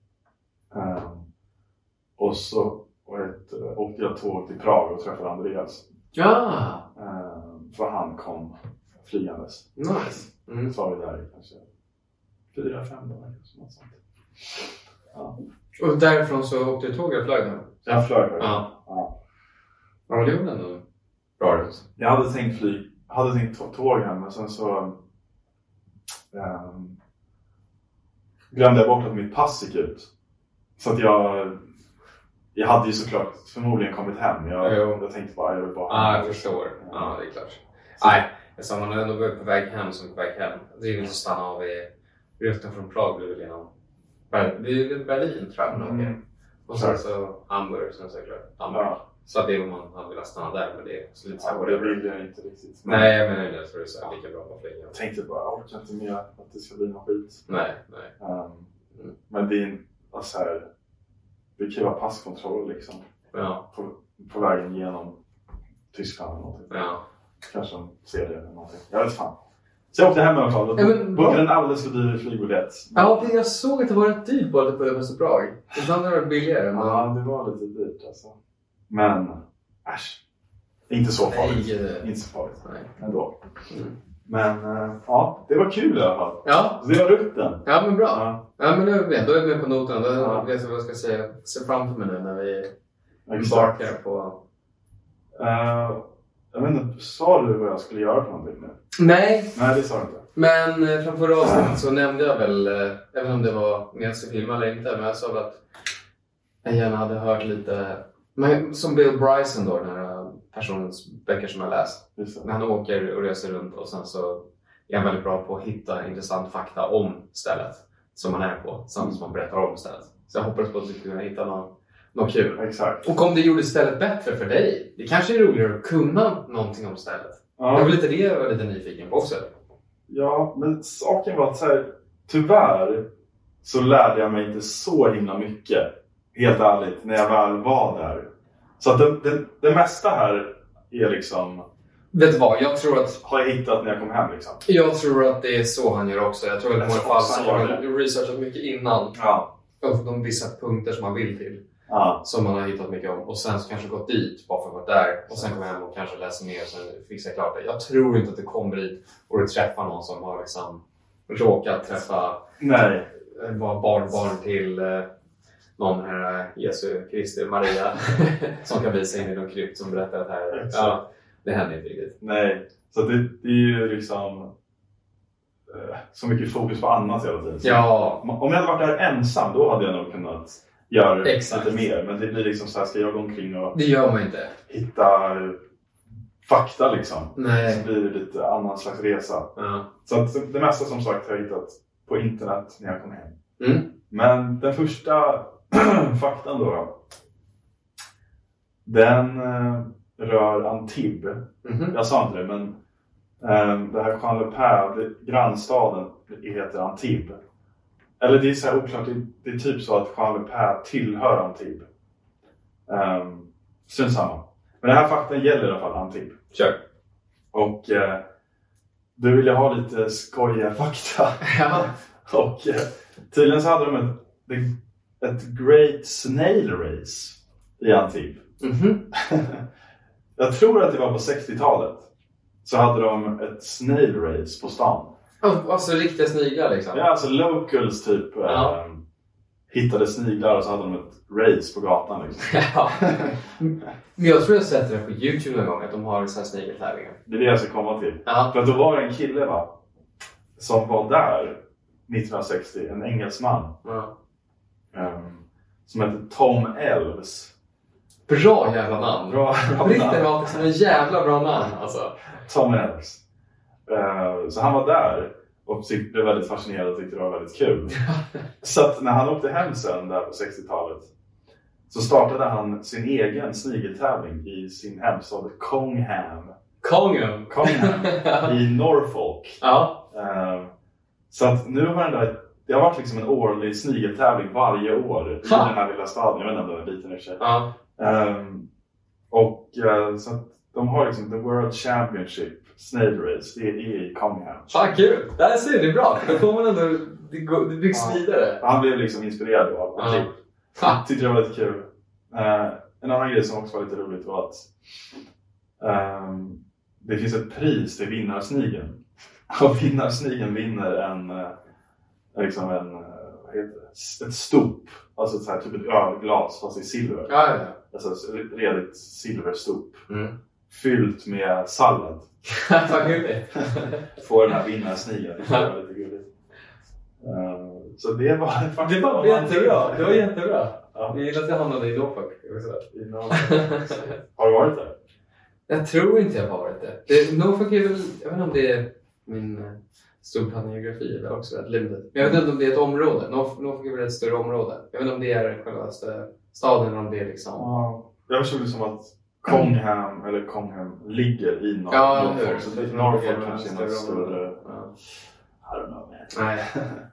Um, och så och ett, uh, åkte jag tåg till Prag och träffade Andreas. Ja. Um, för han kom flygandes. Nice. Mm. Så var vi där i kanske fyra, fem dagar. Något sånt. Ja. Och därifrån så åkte du tåg och flög hem? Jag flög. Ja. Ja. Ja, det gjorde ändå bra ut. Jag hade tänkt flyg. hade tänkt ta tåg hem, men sen så um, glömde jag bort att mitt pass gick ut. Så att jag... Jag hade ju såklart förmodligen kommit hem. Jag, jag tänkte bara, jag vill bara... Ja, jag förstår. Ja, det är klart. Så. Nej, jag sa man är ändå på väg hem som på väg hem. Det är ju inte att stanna av i rutan från Prag. Det är väl genom Berlin, Berlin tror jag. Mm. Och sen så Hamburg som säkert. Hamburg. Ja. Så det är om man hade velat stanna där. Men det är så lite så ja, det vill jag inte riktigt. Men... Nej, jag menar det. Så det är så lika bra på flyga. Jag tänkte bara, jag orkar inte mer att det ska bli någon skit. Nej, nej. Um, mm. Men det är en, alltså här... Det kan vara passkontroll liksom. Ja. På, på vägen genom Tyskland eller någonting. Ja. Kanske de ser det eller någonting. Jag vet fan. Så jag åkte hem i alla fall. Och ja, bokade en alldeles för dyr flygbiljett. Ja, jag såg att det var rätt dyrt på det på Prag. Ibland har det varit billigare. Men... Ja, det var lite dyrt alltså. Men, äsch. Inte så farligt. Nej. Inte så farligt. Nej. Ändå. Mm. Men, äh, ja. Det var kul i alla fall. Ja. Så det var rutten. Ja, men bra. Ja, ja men nu vet, då är vi med på noten. Då ja. vet jag vad jag ska säga. Se framför mig nu när vi embarkar på... Uh, jag vet inte, sa du vad jag skulle göra för någonting nu? Nej. Nej, det sa jag inte. Men från förra avsnittet så nämnde jag väl, även om det var med jag ska filma eller inte, men jag sa väl att jag gärna hade hört lite, men som Bill Bryson då, den här personens böcker som jag läst. När han åker och reser runt och sen så är han väldigt bra på att hitta intressant fakta om stället som man är på, samt som man berättar om stället. Så jag hoppas på att du ska kunna hitta någon, något kul. Exakt. Och om det gjorde stället bättre för dig, det kanske är roligare att kunna någonting om stället. Ja. Det var lite det jag var lite nyfiken på också. Ja, men saken var att så här, tyvärr så lärde jag mig inte så himla mycket, helt ärligt, när jag väl var där. Så att det, det, det mesta här är liksom... Vet du vad, jag tror att... Har jag hittat när jag kom hem liksom. Jag tror att det är så han gör också. Jag tror att i många fall så har han researchat mycket innan. Ja. Och de vissa punkter som man vill till. Ja. Som man har hittat mycket om. Och sen så kanske gått dit bara för att vara där. Och sen kommer hem och kanske läser mer och sen fixar jag klart det. Jag tror inte att du kommer dit och du träffar någon som har liksom råkat träffa... Nej. Var barnbarn till eh, någon här Jesu Kristi Maria. Som kan visa in i de krypt som berättar att här... Ja, det händer inte riktigt. Nej, så det, det är ju liksom eh, så mycket fokus på annat hela tiden. Så ja. Om jag hade varit där ensam, då hade jag nog kunnat göra Exakt. Lite mer. Men det blir liksom så här, ska jag gå omkring och det gör man inte. Hitta fakta liksom. Nej. Så blir det lite annan slags resa. Ja. Så att det mesta som sagt har jag hittat på internet när jag kom hem. Mm. Men den första faktan då, den eh, rör Antibes. Mm-hmm. Jag sa inte det, men eh, det här Juan-le-Pin, grannstaden, heter Antibes. Eller det är så här oklart, det, det är typ så att Juan-le-Pin tillhör Antibes. Um, Syns samma. Men den här faktan gäller i alla fall Antibes. Kör. Och eh, du vill ju ha lite skojiga fakta. Ja. Och eh, tydligen så hade de ett, ett Great Snail Race i Antibes. Mm-hmm. Jag tror att det var på sextiotalet. Så hade de ett snail race på stan. Alltså riktiga sniglar liksom? Ja, alltså locals typ ja. eh, hittade sniglar och så hade de ett race på gatan liksom. Ja. Men jag tror jag sett det på YouTube någon gång att de har så här snigeltävlingar. Det är det jag ska komma till. Ja. För att då var det en kille va, som var där nittonhundrasextio, en engelsman. Ja. Um, som hette Tom Elves. Bra jävla namn. Bra, bra Riktigt var liksom en jävla bra namn alltså. Tom Elves. Uh, så han var där och blev väldigt fascinerad och tyckte det var väldigt kul. Så att när han åkte hem sen där på sextiotalet så startade han sin egen snigeltävling i sin hemstad Congham. Congham? Congham i Norfolk. Ja. Uh, så att nu har den där, det har varit liksom en årlig snigeltävling varje år i ha. Den här lilla staden. Jag vet inte om det är liten i sig. Ja. Um, och uh, så att de har liksom the World Championship Snail Race, det är i Congham. Ah, kul! Det här ser det är bra. Då får man ändå, det, går, det byggs ja. vidare. Han blev liksom inspirerad av det. Ja. Tyckte det var lite kul. Uh, en annan grej som också var lite roligt var att um, det finns ett pris till vinnarsnigeln. Och vinnarsnigeln vinner en, uh, liksom en, uh, vad heter det? Ett stop. Alltså ett så här, typ ett ölglas fast i silver. Ja, ja, ja. Alltså ett redigt silverstop. Mm. Fyllt med sallad. Vad gulligt. Får den här vinnarsnigeln. Det var lite gulligt. Uh, Så det var faktiskt... Det var jättebra, det var jättebra. Ja. Jag gillar att jag hamnade i Norfolk. Har du varit där? Jag tror inte jag har varit det. det Norfolk är väl, jag vet inte om det är min storplangeografi eller också rätt limited. Men jag vet inte om det är ett område. Norfolk är väl ett större område. Jag vet inte om det är själva staden eller om det är liksom... Ja, jag förstod det som att Congham eller Congham ligger i Norfolk. Ja, Norfolk. Så det, Norfolk kanske är något större... Ja. I don't know, man. Nej.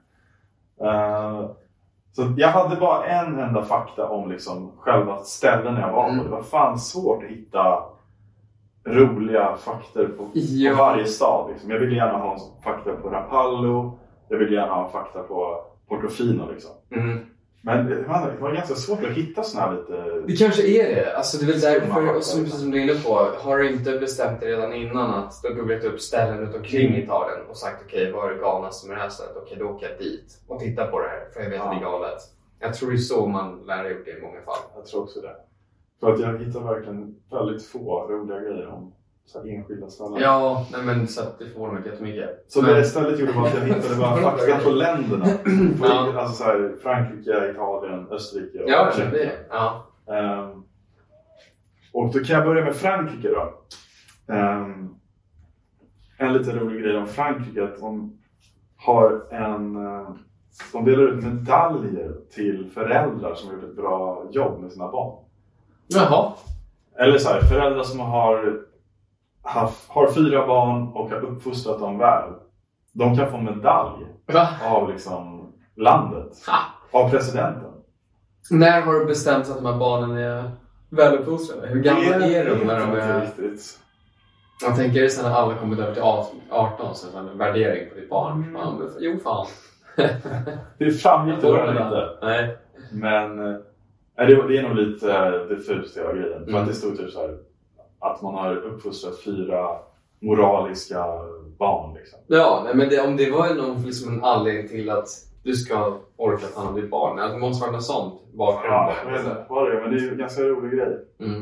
uh, så jag hade bara en enda fakta om liksom själva ställen jag var på. Mm. Det var fan svårt att hitta roliga faktor på, ja. på varje stad. Liksom. Jag ville gärna ha fakta på Rapallo. Jag ville gärna ha fakta på Portofino. Liksom. Mm. Men det var, det var ganska svårt att hitta såna här lite... Det kanske är det. Alltså det är väl därför, som, som du är inne på, har du inte bestämt dig redan innan att du har googlat upp ställen runt omkring mm. Italien och sagt okej, okay, vad är det galnaste med det här stället? Okej, okay, då åker jag dit och tittar på det här, för jag vet att ja. det är galet. Jag tror det är så man lär ha gjort det i många fall. Jag tror också det. För att jag hittar verkligen väldigt få roliga grejer om så här enskilda ställen. Ja, nej men så att det får mig jättemycket. Så men... det istället gjorde var att jag hittade bara fakta på länderna. På ja. Alltså så här, Frankrike, Italien, Österrike och ja, det. Ja. Um, och då kan jag börja med Frankrike då. Um, en lite rolig grej om Frankrike att de har en... Uh, de delar ut medaljer till föräldrar som har gjort ett bra jobb med sina barn. Jaha. Eller så här, föräldrar som har, haft, har fyra barn och har uppfostrat dem väl. De kan få en medalj Va? av liksom landet. Ha. Av presidenten. När har du bestämt att de här barnen är väluppfostrade? Hur gamla är, är de när de är... Riktigt. Jag tänker det sen när alla kommer över till arton så är det en värdering på ditt barn. Mm. Man, jo fan. Det framgick det väl inte. Nej. Men äh, det, det är nog lite diffust hela grejen. För mm. att det stod typ så här att man har uppfostrat fyra moraliska barn liksom. Ja, nej, men det, om det var någon liksom en anledning till att du ska orka ta hand om ditt barn. Alltså, det måste vara något sånt bakgrund. Ja, jag vet inte vad det är, men det är ju en ganska rolig grej. Mm.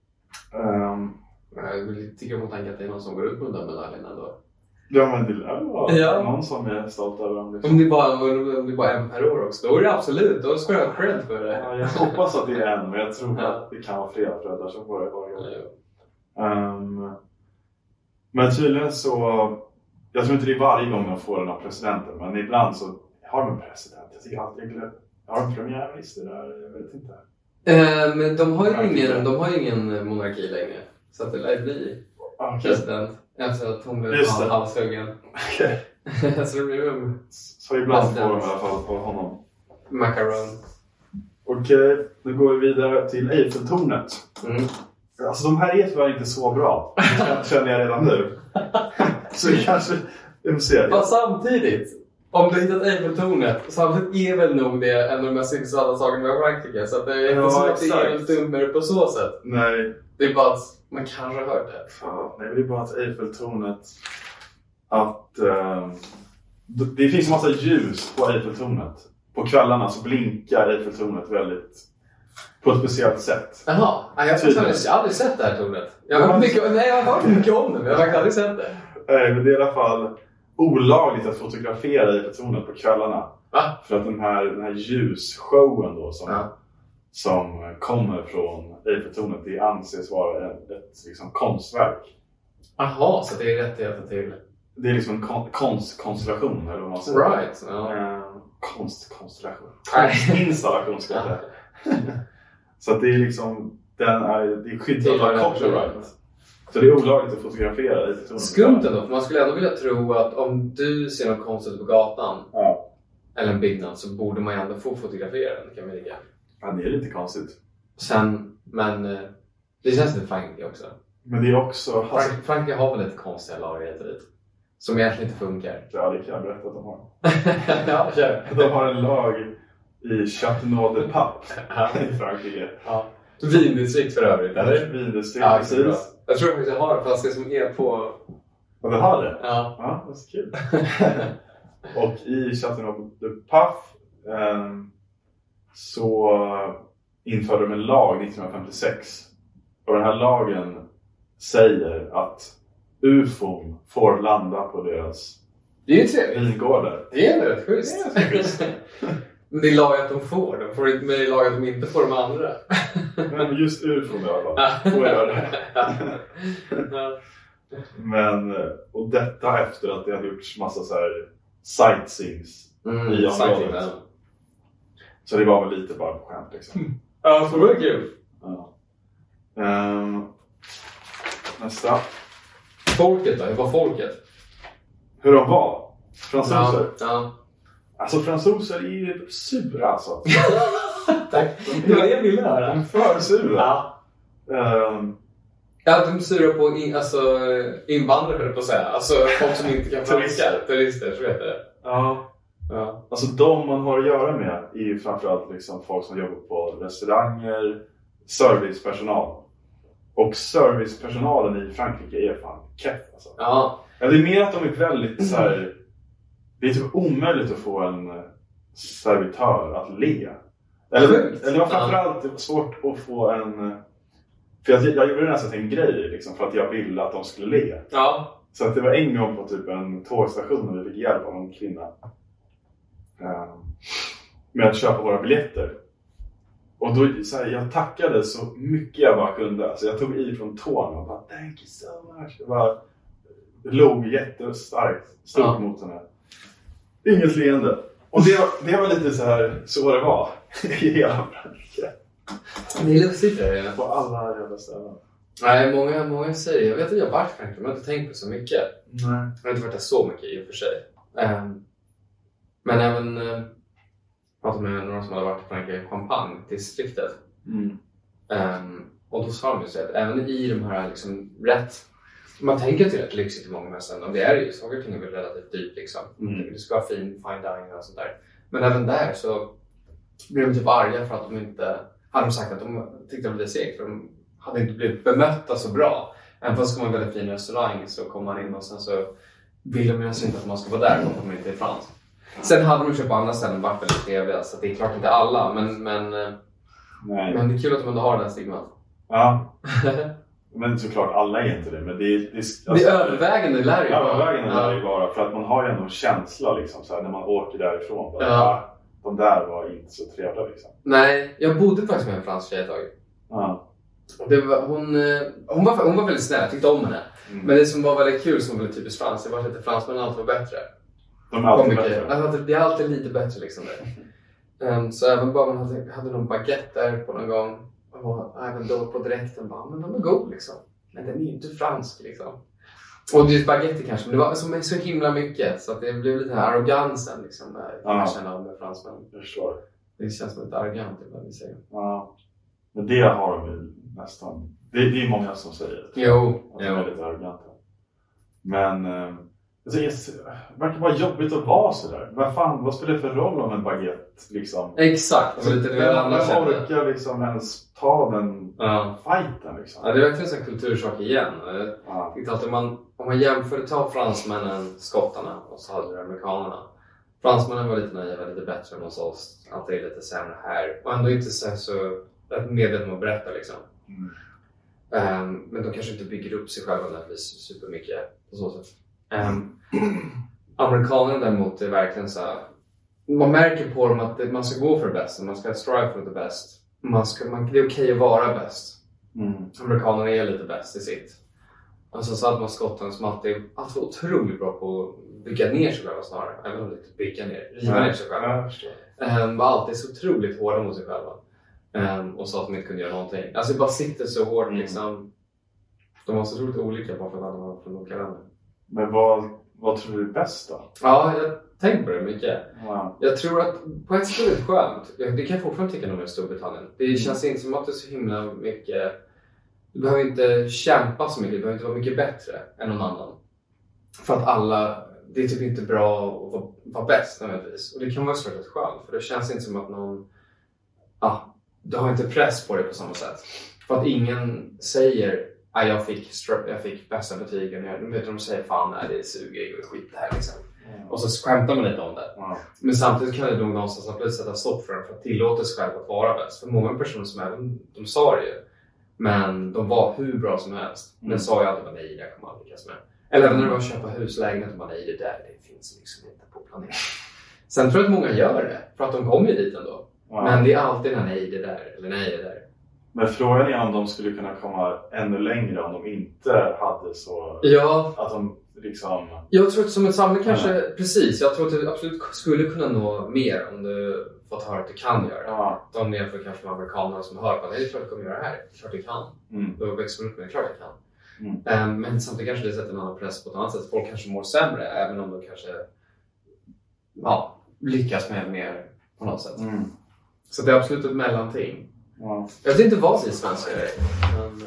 Um, jag tycker om tanken att det är någon som går ut med den medaljen ändå. Ja, men det lär vara ja. någon som är stolt över dem. Liksom. Om, det bara, om det bara är en per år också, då är det absolut. Då ska jag ha cred för det. Ja, jag hoppas att det är en, men jag tror ja. att det kan vara flera föräldrar som får det varje år. Ja. Um, men tydligen så... Jag tror inte det är varje gång de får den av presidenten, men ibland så har de en president. Jag tycker alltid jag har en premiärminister där, jag vet inte. Uh, men de har ju ingen, de har ingen monarki längre. Så att det lär bli okay. president. Efter att hon blev halshuggen. Okej. Okay. Så det blir ju... Så ibland får de i alla fall på honom. Macaron. Okej, okay, nu går vi vidare till Eiffeltornet. Mm. Alltså de här är tyvärr inte så bra. Det känner jag redan nu. Så det kanske... Vi får se. Fast samtidigt, om du har hittat Eiffeltornet, samtidigt är väl nog det en av de mest intressanta sakerna med Frankrike. Så att det är inte ja, så att exakt. Det är helt dummare på så sätt. Nej. Det är bara att man kanske har hört det. Ja, nej, det är bara att Eiffeltornet... Att... Uh, det finns en massa ljus på Eiffeltornet. På kvällarna så blinkar Eiffeltornet väldigt... På ett speciellt sätt. Jaha, jag har faktiskt aldrig sett det här tornet. Jag har hört mycket, nej, jag har hört mycket om det, men jag har aldrig sett det. Nej, men det är i alla fall olagligt att fotografera Eiffeltornet på kvällarna. Va? För att den här, den här ljusshowen då som, ja. som kommer från Eiffeltornet, det anses vara ett, ett liksom, konstverk. Jaha, så det är rättigheter till... Det är liksom en kon- konstkonstellation, eller vad man säger. Right. Ja. Eh, konstkonstellation. Konstinstallation ska jag säga. Så att det är liksom, den är, det är skyddat av copyright. Så det är olagligt att fotografera lite. Skumt ändå, för man skulle ändå vilja tro att om du ser något konstigt på gatan ja. eller en byggnad så borde man ju ändå få fotografera den, kan man ligga. Ja, det är lite konstigt. Sen, men det känns lite Frankrike också. Men det är också... Frank, Frankrike har väl lite konstiga lagar hit och dit. Som egentligen inte funkar. Ja, det kan jag berätta att de har. Ja, kör. De har en lag i Château de Pape i Frankrike. Ja. Vindistrikt för övrigt, eller? Vindistrikt, ja, precis. Jag tror faktiskt jag har en flaska som är på... Ja, du har det? Ja. Ja, det är så kul. Och i Château de Pape eh, så införde de en lag nittonhundrafemtiosex. Och den här lagen säger att U F O får landa på deras Det är ju trevligt. Vingårdar. Det är rätt schysst. Det är schysst. Men det är lag att de får. De får inte, men det är lag att de inte får de andra. Men just ur får de i alla fall. Får göra det. Men, och detta efter att det hade gjorts massa så här sightseeings mm, i området. Så det var väl lite bara på skämt liksom. Ja, för det var kul. Ja. Um, nästa. Folket då? Hur var folket? Hur de var? Fransoser? Ja, ja. Alltså fransoser är ju sura alltså. Tack. Det var det jag ville höra. De är för sura. Ja. Um, Ja, de surar på in, alltså, invandrare, höll på att säga. Alltså folk som inte kan franska. Turister, så vet jag det. Ja. Ja. Alltså de man har att göra med är ju framförallt liksom folk som jobbar på restauranger, servicepersonal. Och servicepersonalen i Frankrike är fan kett alltså. Ja. Ja, det är mer att de är väldigt så här. Det är typ omöjligt att få en servitör att le. Eller, eller det var framförallt ja. svårt att få en. För jag, jag gjorde det nästan till en grej liksom, för att jag ville att de skulle le. Ja. Så att det var en gång på typ en tågstation och vi fick hjälp av en kvinna. Um, med att köpa våra biljetter. Och då så här, jag tackade så mycket jag bara kunde. Så jag tog i från tårna och bara thank you so much. Jag bara låg jättestarkt stod ja. mot henne. Inget leende. Och det, det var lite så här så det var i hela Frankrike. Det är lustigt det. På alla jävla ställen. Nej, många, många säger. Jag vet att jag har varit Frankrike, men jag har inte tänkt på så mycket. Nej. Jag har inte varit där så mycket i och för sig. Um, men även uh, pratade med några som hade varit i Frankrike, Champagne-distriktet. Mm. Um, och då sa de ju så att även i de här liksom rätt. Man tänker till rätt lyxigt i många ställen. Och det är ju, saker och ting är väl relativt dyrt liksom. Mm. Det ska vara fin, fine dining och sånt där. Men även där så blev de typ arga för att de inte hade de sagt att de tyckte det var lite segt. För de hade inte blivit bemötta så bra. Även fast det var en väldigt fin restaurang så kom man in och sen så vill de ju alltså inte att man ska vara där och kommer inte i Frans. Sen hade de köpt på andra ställen varit väldigt trevliga. Så det är klart inte alla. Men, men, Nej. men det är kul att de ändå har den här stigmat. Ja. Men såklart, alla är inte det. Men det är, det är, alltså, det är övervägande lär ju vara. Övervägande lär ju vara. För att man har ju ändå en känsla liksom, så här, när man åker därifrån. Bara, ja. De där var inte så trevliga liksom. Nej, jag bodde faktiskt med en fransk tjej ett tag. Ja. Det var, hon, hon, var, hon var väldigt snäll, jag tyckte om henne. Mm. Men det som var väldigt kul, som var väldigt typiskt franskt, det var att fransmännen alltid var bättre. De är alltid bättre. Alltså, det är alltid lite bättre liksom det. Um, så även bara man hade, hade någon baguette där på någon gång. Och även då på direkten bara, men de är god liksom. Men den är ju inte fransk liksom. Och det är spagetti kanske, men det var som är så himla mycket. Så att det blev lite här arrogansen liksom. Där ja. Jag känner av med fransmän. Jag förstår. Det känns som ett arrogant ibland vi säger. Ja. Men det har de ju nästan. Det, det är många som säger det. Jo. Att de är lite arroganta. Men eh, alltså, det verkar bara jobbigt att vara sådär. Vad fan, vad spelar det för roll om en baguette liksom? Exakt. Alltså, lite det man orkar liksom ens ta den ja. fighten liksom. Ja, det är verkligen en kultursak igen. Ja. Jag alltid, man, om man jämför, ta fransmännen, skottarna och så hade du amerikanerna. Fransmännen var lite naiva, lite bättre än hos oss. Alltid är lite sämre här. Och ändå inte så, så medveten om att berätta liksom. Mm. Um, men de kanske inte bygger upp sig själva nödvändigtvis supermycket på så sätt. Um, amerikanerna däremot är verkligen så här, man märker på dem att man ska gå för det bästa, man ska strive for the best. Man ska, man, det är okej att vara bäst. Mm. Amerikanerna är lite bäst i sitt. Alltså så hade man skotten som alltid alltså otroligt bra på att bygga ner sig själva snarare. Även om inte bygga ner, riva ja. ner sig själva. Ja, um, var alltid så otroligt hårda mot sig själva. Um, och sa att de inte kunde göra någonting. Alltså det bara sitter så hårt mm. liksom. De var så otroligt olika bara för att alla var från olika länder. Men vad, vad tror du är bäst då? Ja, jag tänker på det mycket. Wow. Jag tror att på ett sätt är det skönt. Det kan jag fortfarande tycka om i Storbritannien. Det känns inte som att det är så himla mycket. Du behöver inte kämpa så mycket. Du behöver inte vara mycket bättre än någon annan. För att alla, det är typ inte bra att vara, vara bäst nödvändigtvis. Och det kan vara så rätt skönt. För det känns inte som att någon, ah, du har inte press på det på samma sätt. För att ingen säger, ah, jag fick, jag fick bästa betygen. Nu vet de säger, fan nej, det är suger och skit det här liksom. Mm. Och så skämtar man lite om det. Mm. Men samtidigt kan det nog någonstans absolut sätta stopp för dem. För att tillåta sig själv att vara bäst. För många personer som även, de sa det ju. Men de var hur bra som helst. Men mm. sa ju aldrig, nej, jag kommer aldrig lyckas med. Eller även när du var köpa huslägenhet och bara nej, det där det finns liksom inte på planeten. Sen tror jag att många gör det, för att de kommer ju dit ändå. Ja. Men det är alltid en nej det där, eller nej det där. Men frågan är om de skulle kunna komma ännu längre om de inte hade så... Ja. Att de liksom... Jag tror att som ett samhälle kanske, ja. Precis. Jag tror att du absolut skulle kunna nå mer om du fått höra att du kan göra det. Ja. De jämför kanske med amerikanerna som hör på det är klart att du kommer göra det här. Det är klart du kan. Mm. Då växer du upp med det, klart jag kan. Mm. Um, men samtidigt kanske det sätter en annan press på ett annat sätt. Folk kanske mår sämre, även om de kanske ja, lyckas med mer på något sätt. Mm. Så det är absolut ett mellanting. Ja. Jag vet inte vad vi svenskar är. Men...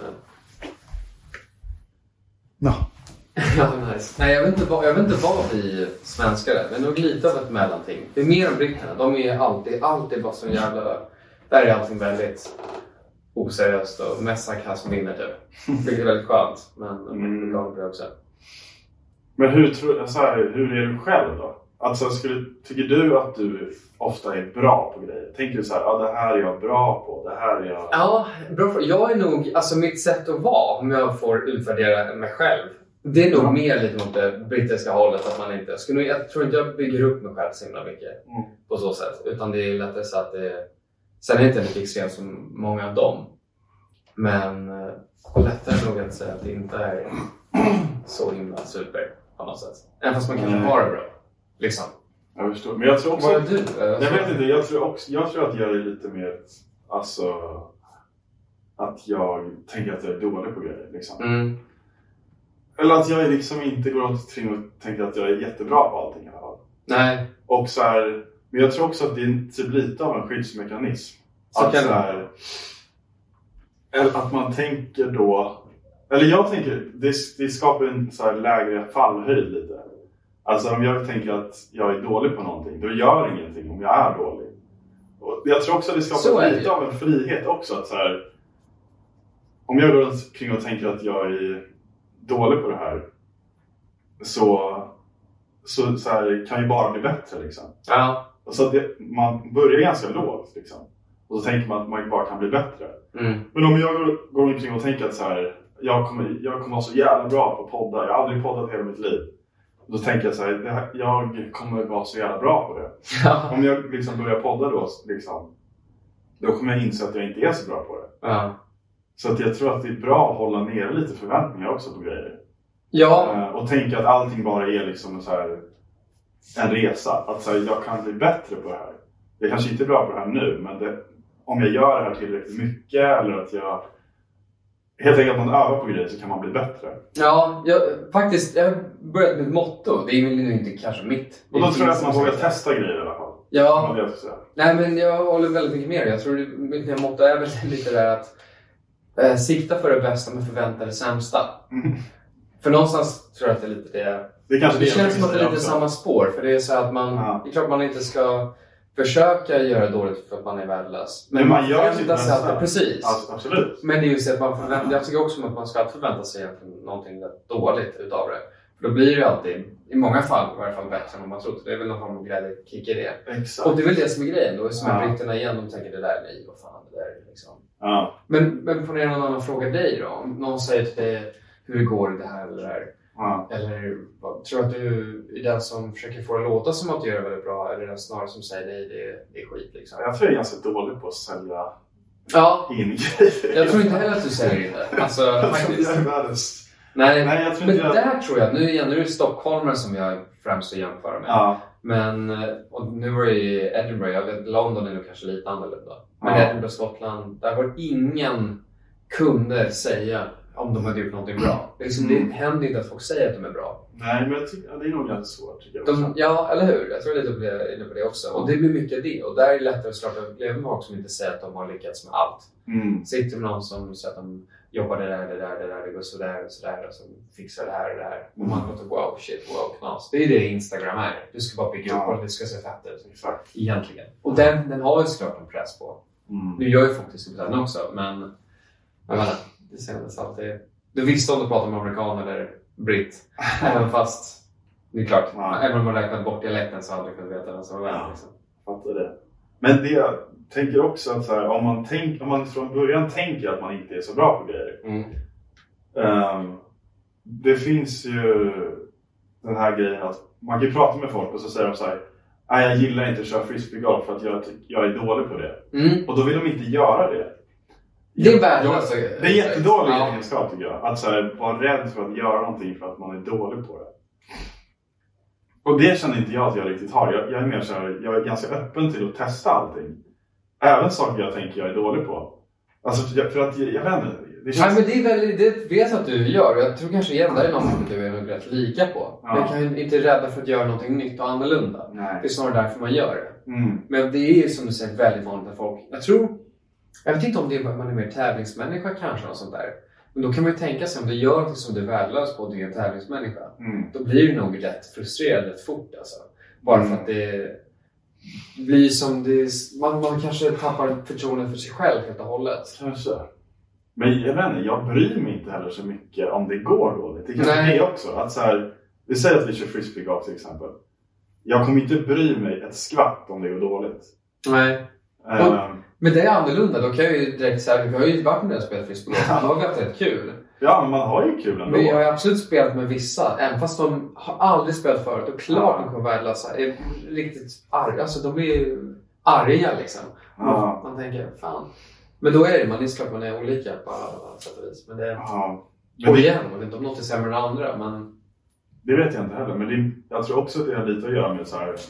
No. Ja, nice. Nej, jag vet, inte vad, jag vet inte vad vi svenskar är. Det är nog lite av ett mellanting. Det är mer än britterna. De är alltid, alltid bara så jävla... Där är allting väldigt oseriöst och mest sarkasm vinner typ. Vilket är väldigt skönt. Men mm. det går också. Men hur, tror, så här, hur är du själv då? Alltså, skulle, tycker du att du ofta är bra på grejer? Tänker du så här, ja, det här är jag bra på, det här är jag... Ja, bra på. Jag är nog, alltså mitt sätt att vara, om jag får utvärdera mig själv. Det är nog mm. mer lite mot det brittiska hållet att man inte... Jag, skulle, jag tror inte jag bygger upp mig själv så himla mycket mm. på så sätt. Utan det är lättare så att det... Sen är det inte lika extremt som många av dem. Men lättare nog att säga att det inte är så himla super på något sätt. Även fast man kan mm. ha det bra. Liksom. Jag förstår. Men jag tror också... Vad är du? Jag vet inte, jag tror, också, jag tror att jag är lite mer... Alltså... Att jag tänker att jag är dålig på grejer, liksom. Mm. Eller att jag liksom inte går runt kring och tänker att jag är jättebra på allting i alla fall. Nej. Och så här... Men jag tror också att det är typ lite av en skyddsmekanism. Så att, kan så här, eller att man tänker då... Eller jag tänker, det, det skapar en så här lägre fallhöjd lite. Alltså om jag tänker att jag är dålig på någonting, då gör ingenting om jag är dålig. Och jag tror också att det skapar lite av en frihet också. Att så här, om jag går kring och tänker att jag är dålig på det här, så, så, så här, kan ju bara bli bättre liksom. Ja. Så att det, man börjar ganska lågt liksom. Och så tänker man att man bara kan bli bättre. Mm. Men om jag går, går omkring och tänker att så här, jag kommer, jag kommer vara så jävla bra på poddar. Jag har aldrig poddat hela mitt liv. Då tänker jag så här, det här, jag kommer vara så jävla bra på det. Ja. Om jag liksom börjar podda då, liksom, då kommer jag inse att jag inte är så bra på det. Ja. Så att jag tror att det är bra att hålla ner lite förväntningar också på grejer. Ja. Uh, och tänka att allting bara är liksom så här, en resa. Att så här, jag kan bli bättre på det här. Jag kanske inte är bra på det här nu, men det, om jag gör det här tillräckligt mycket eller att jag... Helt enkelt att man övar på grejer så kan man bli bättre. Ja, jag, faktiskt, jag har börjat med ett motto. Det är ju inte kanske mitt. Och då tror jag att man vågar testa grejer i alla fall. Ja. Det säga. Nej, men jag håller väldigt mycket med. Jag tror att mitt motto är väl lite där att eh, sikta för det bästa men förvänta det sämsta. Mm. För någonstans tror jag att det är lite det. Det, kanske det det känns som att det är lite också. samma spår. För det är så att man, ja. Det är klart man inte ska försöka göra dåligt för att man är värdelös. Men, men man gör ju sitt bästa. Precis. Alltså, absolut. Men det är ju så att man förväntar, jag tycker också att man ska förvänta sig någonting dåligt utav det. För då blir det ju alltid, i många fall i varje fall, bättre än vad man trott. Det är väl någon form av glädjekick i det. Exakt. Och det är väl det som är grejen. Då är som ja. att britterna igen, de tänker det där, nej, vad fan, det där är liksom. Ja. Men, men får ni någon annan fråga dig då? Om någon säger till dig, hur går det här eller det här? Ja. Eller vad, tror att du är den som försöker få det låta som att du gör det väldigt bra? Eller är den snarare som säger nej, det, det är skit liksom? Jag tror jag är ganska dålig på att sälja ja. in grejer. Jag tror inte heller att du säljer in det. Alltså, jag faktiskt. tror jag är världens... Nej, nej jag tror men jag... där tror jag, nu igen, nu är det stockholmare som jag främst jämför med. Ja. Men, och nu var det i Edinburgh, jag vet, London är nog kanske lite annorlunda. Men ja. Edinburgh, Skottland, där var ingen kunde säga om de hade gjort någonting bra. Det, liksom, mm. det händer inte att folk säger att de är bra. Nej, men jag tycker, ja, det är nog ganska svårt tycker jag de, Ja, eller hur? Jag tror lite på det, inne på det också. Och det blir mycket det. Och där är det lättare att skapa uppleva med folk som inte säger att de har lyckats med allt. Mm. Sitter med någon som säger att de jobbar det där, det där, det där, det går sådär och sådär och som fixar det här och det här. Och man låter wow, shit, wow, knas. Det är det Instagram är. Du ska bara bygga upp ja. och det ska se fett ut. Exakt. Egentligen. Och den, den har ju såklart en press på. Mm. Nu gör ju folk det på den också, men jag menar, det kändes alltid... Du visste om du pratar om amerikan eller britt. Även fast, det är klart, ja. Även om man räknat bort dialekten så hade du kunnat veta vem som var vem. Ja, liksom. Fattar det. Men det jag tänker också att så här, om, man tänk, om man från början tänker att man inte är så bra på grejer. Mm. Um, det finns ju den här grejen att man kan ju prata med folk och så säger de så här: nej, jag gillar inte att köra frisbeegolf för att jag, jag är dålig på det. Mm. Och då vill de inte göra det. Det är värdelöst. Det är jättedålig ja. egenskap tycker jag. Att så här, vara rädd för att göra någonting för att man är dålig på det. Och det känner inte jag att jag riktigt har. Jag, jag är mer så här, jag är ganska öppen till att testa allting. Även saker jag tänker jag är dålig på. Alltså för att jag, jag vet inte. Det känns... Nej, men det är väl, det vet jag att du gör. Jag tror kanske igen där är någonting du är nog rätt lika på. Ja. Jag kan ju inte rädda för att göra någonting nytt och annorlunda. Nej. Det är snarare därför man gör det. Mm. Men det är ju som du säger väldigt vanligt med folk. Jag tror, jag vet inte om det är man är mer tävlingsmänniska kanske och sånt där. Men då kan man ju tänka sig om du gör något som du är värdelös på och du är en tävlingsmänniska. Mm. Då blir du nog rätt frustrerad rätt fort alltså. Bara mm. för att det blir som det är, man, man kanske tappar förtroende för sig själv helt och hållet. Kanske. Men jag vet inte, jag bryr mig inte heller så mycket om det går dåligt. Det kanske är också. Att så här, vi säger att vi kör frisbeegolf till exempel. Jag kommer inte bry mig ett skvatt om det går dåligt. Nej. Um, men det är annorlunda. Då kan jag ju direkt säga, vi har ju varit med det och spelat frisbeegolf. Man har haft rätt kul. Ja, men man har ju kul ändå. Men jag har absolut spelat med vissa. Även fast de har aldrig spelat förut. Och klart ja. de kommer värdelösa. Är riktigt arga. Alltså de är arga liksom. Ja. Man tänker, fan. Men då är det, man är klart man är olika på alla sätt och vis. Men det, ja. men och det, igen, och det är inte om något är sämre än andra. Men... Det vet jag inte heller. Men det, jag tror också att det har lite att göra med så här,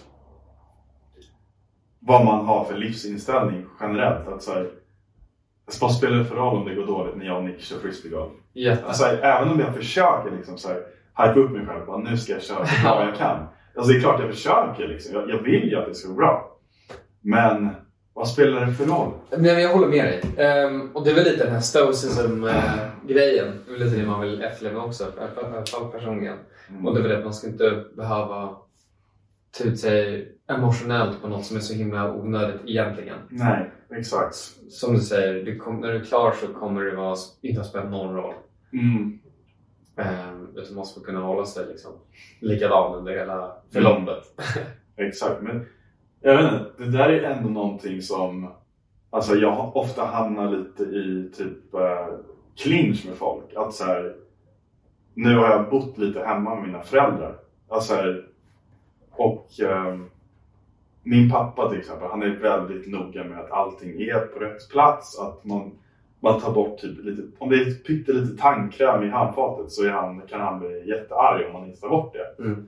vad man har för livsinställning generellt. Att så här, vad spelar det för roll om det går dåligt när jag och Nick kör frisbeegolf? Alltså, även om jag försöker liksom, så här, hype upp mig själv. Bara, nu ska jag köra så bra jag kan. Alltså det är klart jag försöker. Liksom. Jag, jag vill ju att det ska gå bra. Men... vad spelar det för roll? Men jag håller med dig. Um, och det är väl lite den här stoicism-grejen. Uh, det är lite det man vill efterleva också. I alla fall personligen. Mm. Och det är väl att man ska inte behöva ta ut sig emotionellt på något som är så himla onödigt egentligen. Nej, exakt. Som du säger, du kom, när du är klar så kommer det vara, inte ha spelat någon roll. Mm. Um, utan man måste kunna hålla sig liksom likadan under hela förloppet. Mm. Exakt, men... jag vet inte, det där är ändå någonting som, alltså jag ofta hamnar lite i typ äh, clinch med folk. Att så här, nu har jag bott lite hemma med mina föräldrar. Alltså här, och äh, min pappa till exempel, han är väldigt noga med att allting är på rätt plats. Att man, man tar bort typ lite, om det är pyttelite tandkräm i handfatet så är han, kan han bli jättearg om man inte tar bort det. Mm.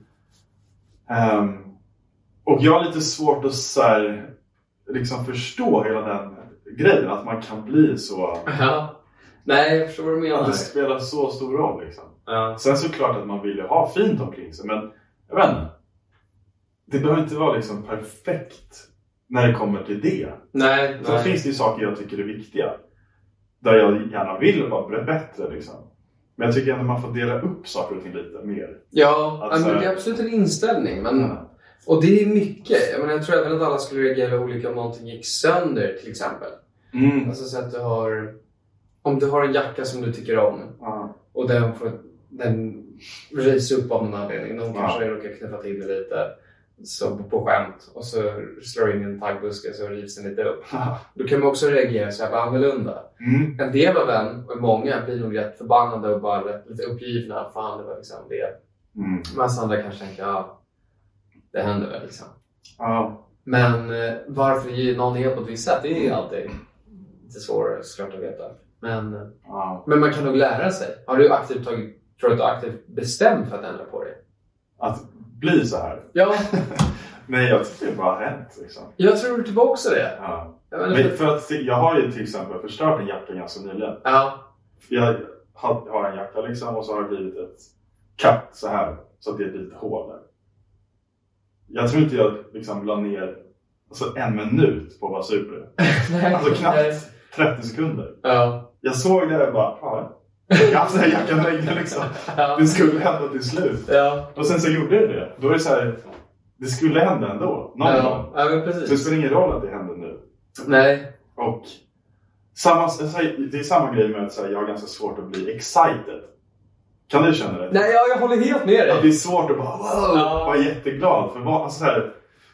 Um, Och jag har lite svårt att så här, liksom förstå hela den grejen. Att man kan bli så... Ja. Nej, jag förstår vad du menar. Att det spelar så stor roll liksom. Ja. Sen så klart att man vill ha fint omkring sig. Men jag vet inte. Det behöver inte vara liksom perfekt när det kommer till det. Nej, så nej. finns det ju saker jag tycker är viktiga. Där jag gärna vill vara bättre liksom. Men jag tycker ändå man får dela upp saker och ting lite mer. Ja, att, men så här, det är absolut en inställning. Men... ja. Och det är mycket. Jag, menar, jag tror även att alla skulle reagera olika om någonting gick sönder till exempel. Mm. Alltså så att du har... Om du har en jacka som du tycker om. Ja. Och den får den rivs upp av någon anledning. Någon ja. kanske råkar knäppa till det lite. Så på skämt. Och så slår in en taggbuske så rivs den lite upp. Ja. Då kan man också reagera så här annorlunda. Mm. En del av den, och många, blir nog rätt förbannade och bara lite uppgivna. Fan, det var liksom det. Mm. Men andra kanske tänker, ja, det händer väl liksom. Ja. Men eh, varför någon är på ett visst sätt, det är ju alltid lite svårare såklart att veta. Men, ja. men man kan nog lära sig. Har du aktivt tagit, tror du att du aktivt bestämt för att ändra på det? Att bli så här? Ja. Nej, jag tycker det bara har hänt liksom. Jag tror typ också det. Ja. Jag, menar, Men för att jag har ju till exempel förstört en jacka ganska nyligen. Ja. Jag har en jacka liksom och så har det blivit ett katt så här. Så att det är ett litet hål där. Jag tror inte jag liksom la ner alltså en minut på att vara super. Nej, alltså knappt nej. trettio sekunder. Ja. Jag såg det och bara, ja. Jag hade den här jackan länge liksom. Ja. Det skulle hända till slut. Ja. Och sen så gjorde det det. Då är det så här, det skulle hända ändå. Någon ja. gång. Ja, men precis. Det spelar ingen roll att det händer nu. Nej. Och samma, det är samma grej med att så här, jag har ganska svårt att bli excited. Kan du känna det? Nej, ja, jag håller helt med dig. Att det är svårt att bara wow, ja. vara jätteglad. För vad, alltså så här,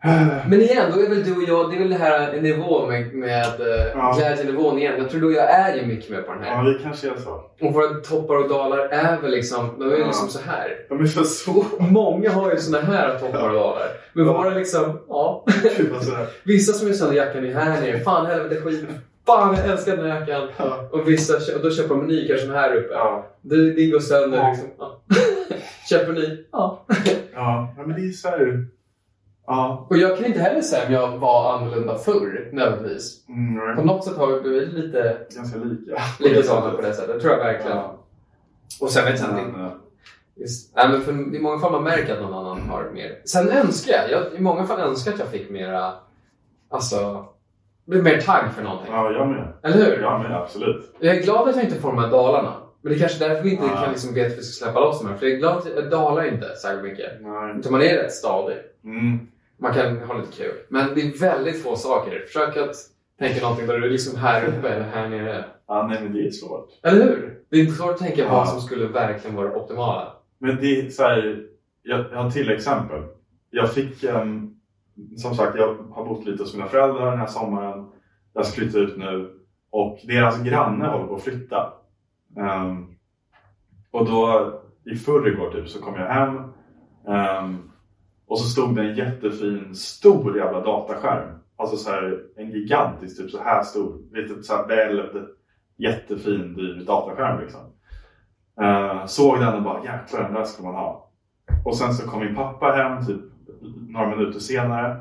Men igen, då är väl du och jag, det är väl det här nivån med, med ja. glädjenivån igen. Jag tror du och jag är ju mycket med på den här. Ja, vi kanske är så. Och våra toppar och dalar är väl liksom, de är ju ja. liksom så här. De är för så. Många har ju såna här toppar och dalar. Men ja. våra liksom, ja. Vissa som är såna jackan är här nere, fan helvete skit. Fan, jag älskar den här jackan. Ja. Och vissa, och då köper de ny kanske här uppe. Ja. Det, det går sönder ja. liksom. Ja. Köper ny. Ja. Ja, men det är så här. Ja. Och jag kan inte heller säga om jag var annorlunda förr, nödvändigtvis. Mm. På något sätt har vi blivit lite... Ganska lika. Lite sådana på det sättet, det tror jag verkligen. Ja. Och sen vet jag inte... Ja. Just, äh, men för, i många fall man märker att någon annan har mer. Sen önskar jag, jag i många fall önskar att jag fick mera... Alltså... Blir mer tagg för någonting. Ja, jag med. Eller hur? Jag med, absolut. Jag är glad att jag inte får de här dalarna. Men det är kanske därför vi inte ja. kan liksom veta att vi ska släppa loss dem här. För jag är glad att jag dalar inte särskilt mycket. Nej. Utan man är rätt stadig. Mm. Man kan ha lite kul. Men det är väldigt få saker. Försök att tänka någonting där du är liksom här uppe eller här nere. Ja, nej men det är svårt. Eller hur? Det är inte svårt att tänka ja. vad som skulle verkligen vara optimala. Men det är så här, jag, jag har till exempel. Jag fick, um, som sagt, jag har bott lite hos mina föräldrar den här sommaren. Jag ska flytta ut nu. Och deras granne håller på att flytta. Um, och då, i förrgår typ, så kom jag hem. Um, och så stod det en jättefin, stor jävla dataskärm. Alltså så här, en gigantisk, typ så här stor. Lite så här väldigt jättefin, dyr dataskärm liksom. Uh, såg den och bara, jäklar, den där ska man ha. Och sen så kom min pappa hem typ några minuter senare.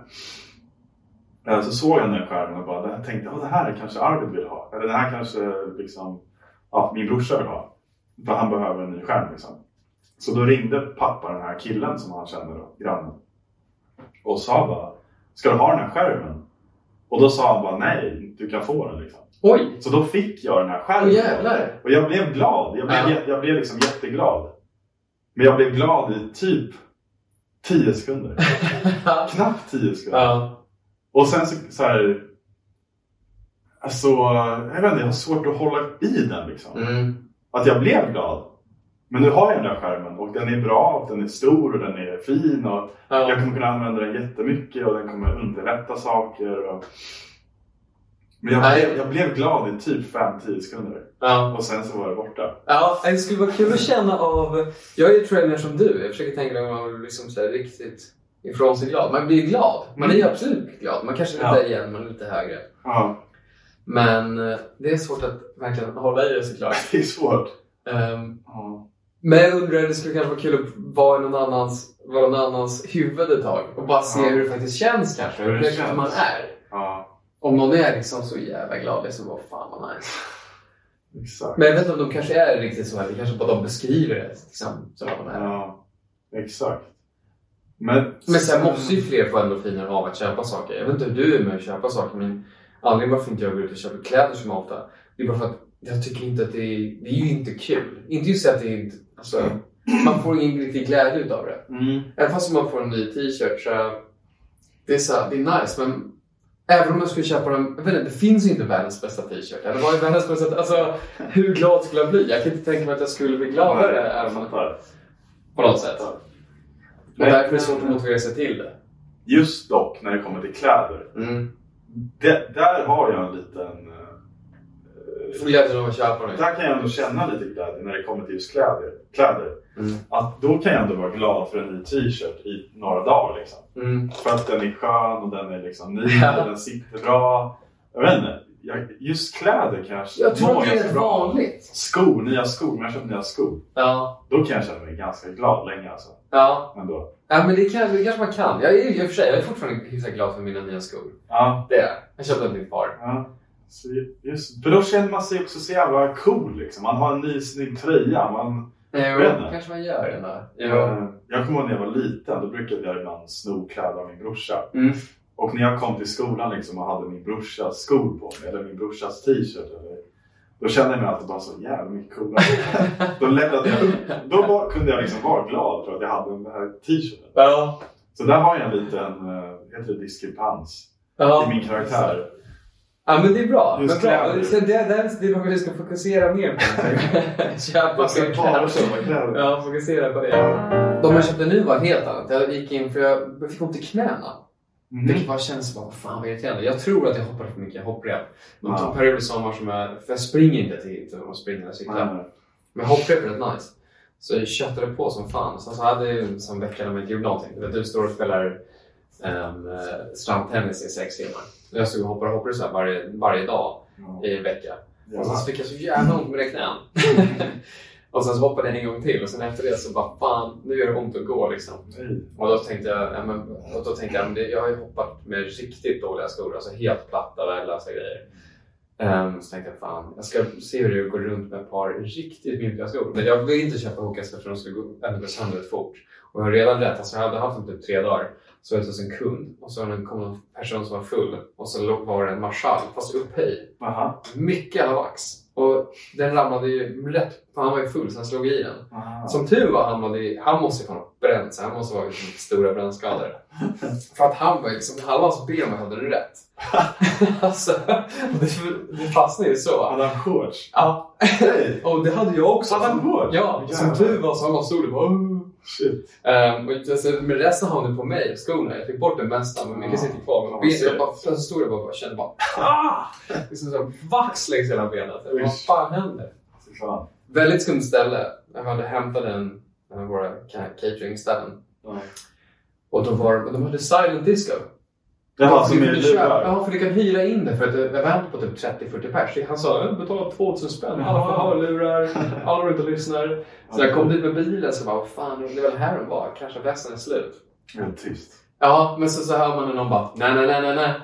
Uh, så såg jag den skärmen och bara, jag tänkte, oh, det här är kanske Arvid vill ha. Eller det här kanske liksom, ja, min brorsa vill ha. För han behöver en ny skärm liksom. Så då ringde pappa den här killen som han kände då, grannen. Och sa bara, ska du ha den här skärmen? Och då sa han bara, nej, du kan få den liksom. Oj! Så då fick jag den här skärmen. Åh jävlar! Och jag blev glad, jag blev, ja. jag, jag blev liksom jätteglad. Men jag blev glad i typ tio sekunder. Knappt tio sekunder. Ja. Och sen så, så här, alltså, jag vet inte, jag har svårt att hålla i den liksom. Mm. Att jag blev glad. Men nu har jag den där skärmen och den är bra och den är stor och den är fin och ja. jag kommer kunna använda den jättemycket och den kommer underlätta saker. Och... Men jag blev, jag blev glad i typ fem till tio sekunder. Ja. Och sen så var det borta. Ja, det skulle vara kul att känna av... Jag är tror jag mer som du. Jag försöker tänka mig om man liksom så här riktigt ifrån sig glad. Man blir glad. Man är ju absolut glad. Man kanske är lite ja. igen, man är lite högre. Ja. Men det är svårt att verkligen hålla i det såklart. Det är svårt. Um, ja. Men jag undrar, det skulle kanske vara kul att vara någon annans, vara någon annans huvud ett tag. Och bara se ja. hur det faktiskt känns kanske. Hur det känns. Man är. Ja. Om någon är liksom så jävla glad, liksom, vad fan vad nice. Exakt. Men jag vet inte om de kanske är riktigt så här. Det kanske bara de beskriver det liksom, som att de är. Ja, exakt. Men, men sen måste ju fler få endorfiner av att köpa saker. Jag vet inte hur du är med att köpa saker. Men anledningen varför inte jag går ut och köper kläder som ofta. Det är bara för att jag tycker inte att det är, det är ju inte kul. Inte just att det är inte, alltså, man får ingen riktig glädje ut av det. Mm. Även fast man får en ny t-shirt så det är, så, det är nice. Men även om jag skulle köpa den, jag vet inte, det finns ju inte världens bästa t-shirt. Eller vad är världens bästa, alltså hur glad skulle jag bli? Jag kan inte tänka mig att jag skulle bli gladare. Nej, även på något sätt. Och Nej, därför är det svårt att motivera sig till det. Just dock när det kommer till kläder. Mm. Det, där har jag en liten... Får glädje av att köpa det. Där kan jag ändå känna lite glädje när det kommer till just kläder. kläder. Mm. Att då kan jag ändå vara glad för en ny t-shirt i några dagar. Liksom. Mm. För att den är skön och den är liksom ny och den sitter bra. Jag vet inte. Jag, just kläder kanske. Jag tror att det är vanligt. Skor, nya skor. Om jag köper nya skor. Ja. Då kan jag känna mig ganska glad länge alltså. Ja. Ändå. Ja, men det, kan, det kanske man kan. Jag är, jag, för sig, jag är fortfarande hyfsat glad för mina nya skor. Ja. Det är jag. köpte ett nytt par. Ja. Så just, för då känner man sig också så jävla cool liksom. Man har en ny snygg tröja. Man, jo, kanske man gör det där. Jo. Jag kommer ihåg när jag var liten. Då brukade jag ibland sno kläder av min brorsa. Mm. Och när jag kom till skolan liksom, och hade min brorsas skor på mig. Eller min brorsas t-shirt. Eller, då kände jag mig alltid bara så jävla mycket coolare. Då lättade jag upp. Då var, kunde jag liksom vara glad för att jag hade den här t-shirten. Ja. Så där har jag en liten heter det, diskrepans ja. i min karaktär. Ja, men det är bra. Just men bra. Så det, det, det är något vi ska fokusera mer på. Köpa ska kläder. Ja, fokusera på det. De jag köpte nu var helt annat. Jag gick in för jag fick ont i knäna. Mm. Vilket bara känns bara, fan vad irriterande. Jag tror att jag hoppade för mycket hopprep. De ja. tog perioder i sommar som är, för jag springer inte till när man springer och cyklar. Mm. Men hopprep är rätt nice. Så jag köttade på som fan. Så, så hade jag en sån vecka när man inte gjorde någonting. Du, du står och spelar um, strandtennis i sex timmar. Jag stod och hoppade och hoppade så här varje, varje dag mm. i en vecka. Ja. Och så fick jag så jävla ont med det knän. Och sen så hoppade jag en gång till och sen efter det så bara fan, nu gör det ont att gå liksom. Mm. Och då tänkte jag, ja, men, och då tänkte jag, men det, jag har ju hoppat med riktigt dåliga skor, alltså helt platta, värdelösa grejer. Um, så tänkte jag fan, jag ska se hur det går runt med ett par riktigt mjuka skor. Men jag vill inte köpa hookast för de skulle gå ännu sönder fort. Och jag har redan rätt, alltså jag hade haft dem typ tre dagar. Så var det hos en kund och så kom en person som var full. Och så var det en marschall, fast upphöjd. Aha. Mycket alla vax. Och den ramlade ju rätt, för han var ju full så han slog i den. Aha. Som tur var, han, var ju, han måste ju fan ha bränt sig. Han måste vara liksom stora brännskador. För att han var liksom, halva hans ben hade det rätt. Alltså, det, det fastnade ju så. Hade han shorts? Ja. Och det hade jag också. Hade han shorts? Ja, som tur var så han var stor. Det var... Shit. Um, och alltså, men resten hamnade på mig, skorna. Jag fick bort den mesta, men mycket sitter kvar. Men benet, jag bara, så stod jag bara och kände bara, ah! Liksom så vax längs hela benet. Vad fan händer? Fan. Väldigt skumt ställe. Jag hade hämtat en av våra cateringställen. Mm. Och då var de hade silent disco. Jaha, som är lurar. Ja, för du kan hyra in det för ett event på typ trettio till fyrtio pers. Han sa, jag betalar tvåtusen spänn. Alla får hörlurar, alla går ut och lyssnar. Så jag kom dit med bilen så bara, vad fan, det var det här de var. Kanske västen är slut. Helt tyst. Ja, men så, så hör man när någon bara, nej, nej, nej, nej, nej.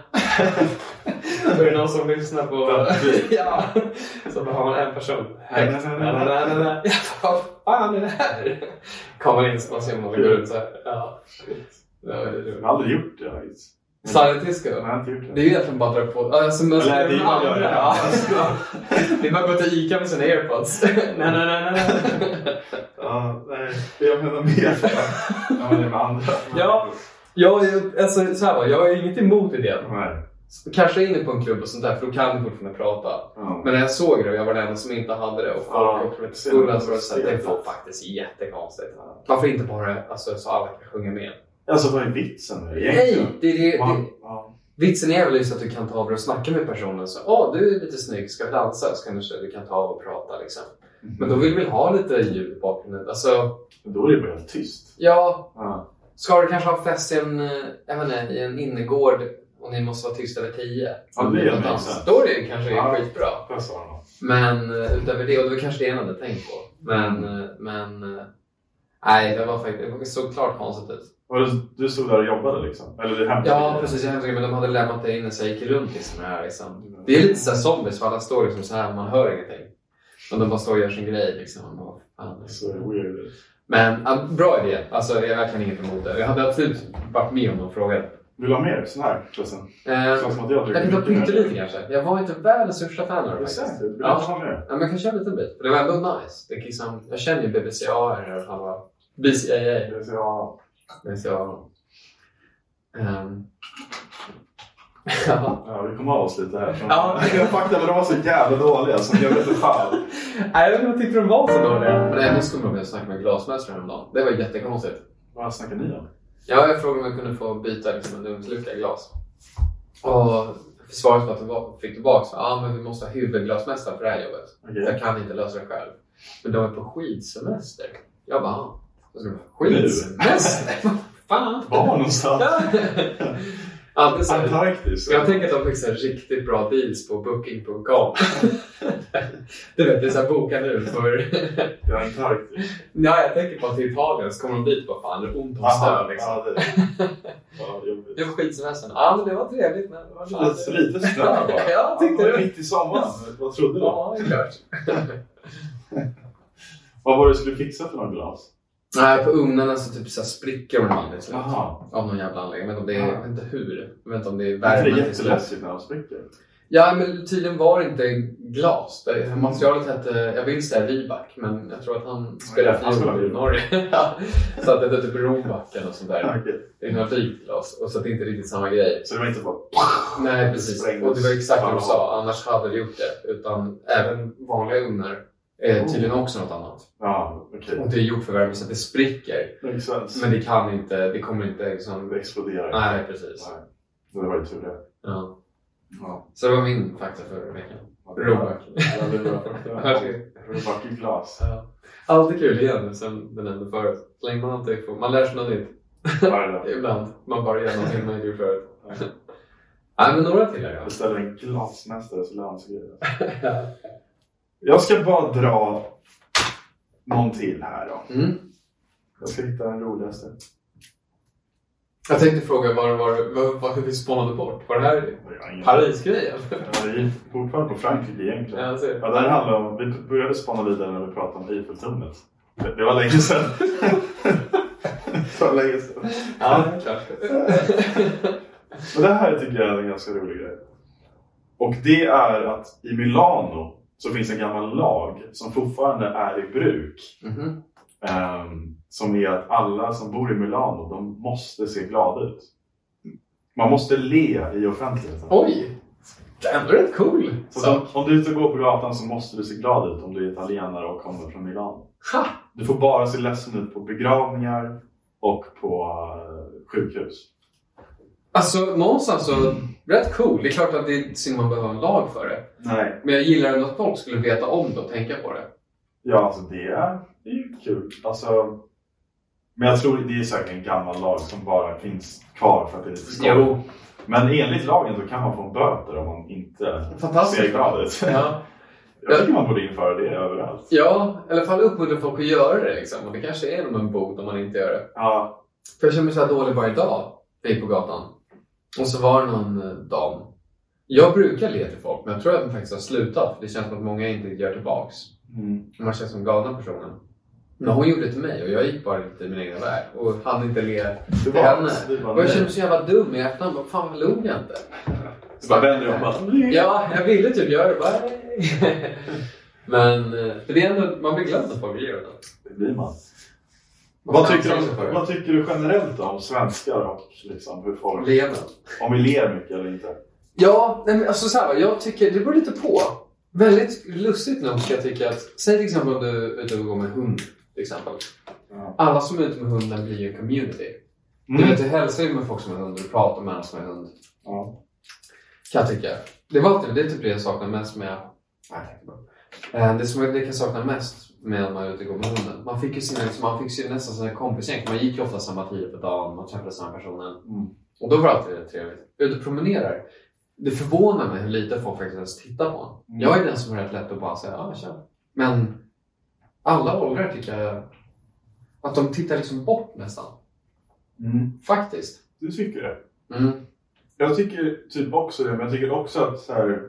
Då är det någon som lyssnar på... Ja, så bara har man en person. Nej, nej, nej, nej, nej, nej. Ja, vad fan är det här? Kommer in så man ser om man vill gå ut så här. Ja, ja, jag har aldrig gjort det här. Silent disco? Jag har inte gjort det. Det är ju egentligen bara att dra på... Alltså, man Eller det är bara att göra ja. Det är bara att gå till Ica med sina airpods. Nej, nej, nej, nej. Ja, nej. Jag menar mer. Ja, men det är med andra. Ja, jag, alltså, så här var, jag har inget emot idén. Nej. Kanske inne på en klubb och sånt där, för då kan du fortfarande prata. Ja. Men när jag såg det och jag var den enda som inte hade det och folk ja, och lite fulla så var det så här, det var faktiskt jättekonstigt. Ja. Varför inte bara alltså, så alla kan sjunga med? Alltså vad är vitsen? Nej, det är det, wow. det. Wow. Vitsen är väl just att du kan ta av och snacka med personen så, åh du är lite snygg, ska vi dansa? Så kan du, du kan ta av och prata liksom. Mm. Men då vill vi ha lite ljud i bakgrunden. Alltså, då är det bara helt tyst. Ja, ja. Ska du kanske ha fest i en, jag vet inte, i en innergård och ni måste vara tyst över tio. Ja, det är det. Då är det kanske ja, skitbra. Men utöver det, och det var kanske det ena jag tänkte på. Men, mm. men nej, det var faktiskt, det var såklart konstigt ut. Och du stod där och jobbade liksom? Eller du hämtade? Ja, precis. Jag hämtade, men de hade lämnat det inne så jag gick runt liksom här liksom. Mm. Det är lite så här zombies för alla står liksom så här, man hör ingenting. Och de bara står och gör sin grej liksom. Och, fan, så weird. Men ja, bra idé. Alltså jag är verkligen inget emot det. Jag hade absolut varit med om de frågade. Vill du ha mer sån här förresten? Eh, som att jag jag kan ta pyttelite kanske. Jag var inte världens största fan av det faktiskt. Vill du ha mer? Ja, men jag kan köra lite bit. För det var ändå nice. Det är liksom, jag känner ju B B C A här. Alla... B C A A. B C A. B C A. Um... ja. ja, vi kommer avsluta här. Ja. Jag faktade men de var så jävla dåliga så jag vet inte fan. Nej, jag vet inte tyckte de var så dåliga. Men ändå skulle de snacka med glasmästaren om dagen. Det var jättekonstigt. Vad snackar ni om? Ja, jag frågade om jag kunde få byta liksom, en ugnslucka i glas. Och svaret på att de fick tillbaka så ja, men vi måste ha huvudglasmästare för det här jobbet. Okay. Jag kan inte lösa det själv. Men de är på skidsemester. Jag bara, skidsemester? Vad fan? Var någonstans? Ja, det är Antarktis. Jag tänker att de fick så här riktigt bra deals på booking punkt com. Du vet, det är så här boka nu för... Det är Antarktis. Ja, jag tänker på att till Italien så kommer de dit på fan, det är ont om stör liksom. Ja, det, ja, det var skitsemestern. Ja, men det var trevligt. Men det var lite, alltså, lite snö bara. Ja, tyckte det. Det var mitt i sommaren. Vad trodde du? Ja, det är klart. Vad var det du skulle fixa för någon glas? Nej, på ugnarna så typ så spricker de aldrig slut. Av någon jävla anläggning. Jag vet inte om det är, jag vet inte hur. Jag vet inte om det är värme. Det är jätteläskigt när de spricker. Ja, men tydligen var det inte glas. Det, materialet hette, jag vill säga Ribak, men jag tror att han spelar fiol i Norge. Så att det är typ Rombacken och sånt där. Okay. Det är något rikt glas. Och så att det inte är riktigt samma grej. Så det var inte bara... Nej, precis. Och det var exakt vad du sa. Annars hade vi gjort det. Utan även vanliga ugnar är tydligen också något annat. Ja, okej. Och det är gjort för värme så att det spricker. Exakt. Men det kan inte, det kommer inte liksom... Det exploderar. Nej, precis. Nej. Så det var ju tur det. Ja. Ja. Så det var min fakta för veckan. Robak. Ja, det är bra fakta. Robak i glas. Ja. Alltid kul igen som den nämnde förut. Så länge man alltid får, man lär sig något nytt. Ibland. Man bara gör någonting man inte gjort förut. Ja. Ja, men några till här då. Beställer en glasmästare så lär han sig grejer. Jag ska bara dra någon till här då. Mm. Jag ska hitta den roligaste. Jag tänkte fråga var, var, var, var, hur vi spånade bort. Var det här Paris-grejen? Ja, det är fortfarande på Frankrike egentligen. Ja, ja, det här handlar om, vi började spåna vidare när vi pratade om Eiffeltornet. Det, det var länge sedan. det var länge sedan. Ja, klart. Men det här tycker jag är en ganska rolig grej. Och det är att i Milano så finns en gammal lag som fortfarande är i bruk. Mm-hmm. Um, som är att alla som bor i Milano, de måste se glada ut. Man måste le i offentligheten. Oj! Det är ändå rätt cool. Så, så om, om du inte går på gatan så måste du se glad ut om du är italienare och kommer från Milano. Ha! Du får bara se ledsen ut på begravningar och på uh, sjukhus. Alltså någonstans så rätt cool. Det är klart att det är synd man behöver en lag för det. Nej. Men jag gillar ändå att folk skulle veta om det och tänka på det. Ja, alltså det är, det är ju kul. Alltså, men jag tror det är säkert en gammal lag som bara finns kvar för att det är lite skoj. Jo. Men enligt lagen så kan man få böter om man inte ser glad ut. Ja. Jag tycker man borde införa det överallt. Ja, i alla fall uppmuntra folk att göra det liksom. Och det kanske är någon bot om man inte gör det. Ja. För jag känner mig så här dålig varje dag. Jag gick på gatan. Och så var det någon eh, dam. Jag brukar le till folk, men jag tror att den faktiskt har slutat. För det känns som att många inte gör tillbaks. Mm. Man känns som galna personen. Men hon gjorde det till mig och jag gick bara lite i min egna värld. Och hann inte le till henne. Och jag kände mig så jävla dum i efterhand. Vad fan, log jag inte? Så bara vänder jag bara. Ja, jag ville typ göra det. Bara. Men för det är ändå, man blir glad att folk gör det. Det blir man. Vad tycker, du, vad tycker du generellt om svenskar och liksom hur folk... Lever. Om vi ler mycket eller inte? Ja, men alltså så här, jag tycker, det beror lite på. Väldigt lustigt nog ska jag tycka att, säg till exempel om du är ute och går med en hund till exempel. Ja. Alla som är ute med hunden blir ju en community. Mm. Du vet, du hälsar ju med folk som är hund och du pratar med alla som är hund. Ja. Kan jag tycka. Det var alltid, det är typ det jag saknar mest med, nej, det som jag kan sakna mest med att man är ute och går med hunden. Man fick ju sina, liksom, man fick ju nästan sina kompisgäng. Man gick ju ofta samma tid på dagen, man träffade samma personen. Mm. Och då var det alltid trevligt. Ute och promenerar. Det förvånar mig hur lite folk faktiskt ens tittar på. Mm. Jag är den som är rätt lätt att bara säga, ja, kör. Men alla åldrar tycker jag att de tittar liksom bort nästan. Mm. Faktiskt. Du tycker det? Mm. Jag tycker typ också det, men jag tycker också att så här...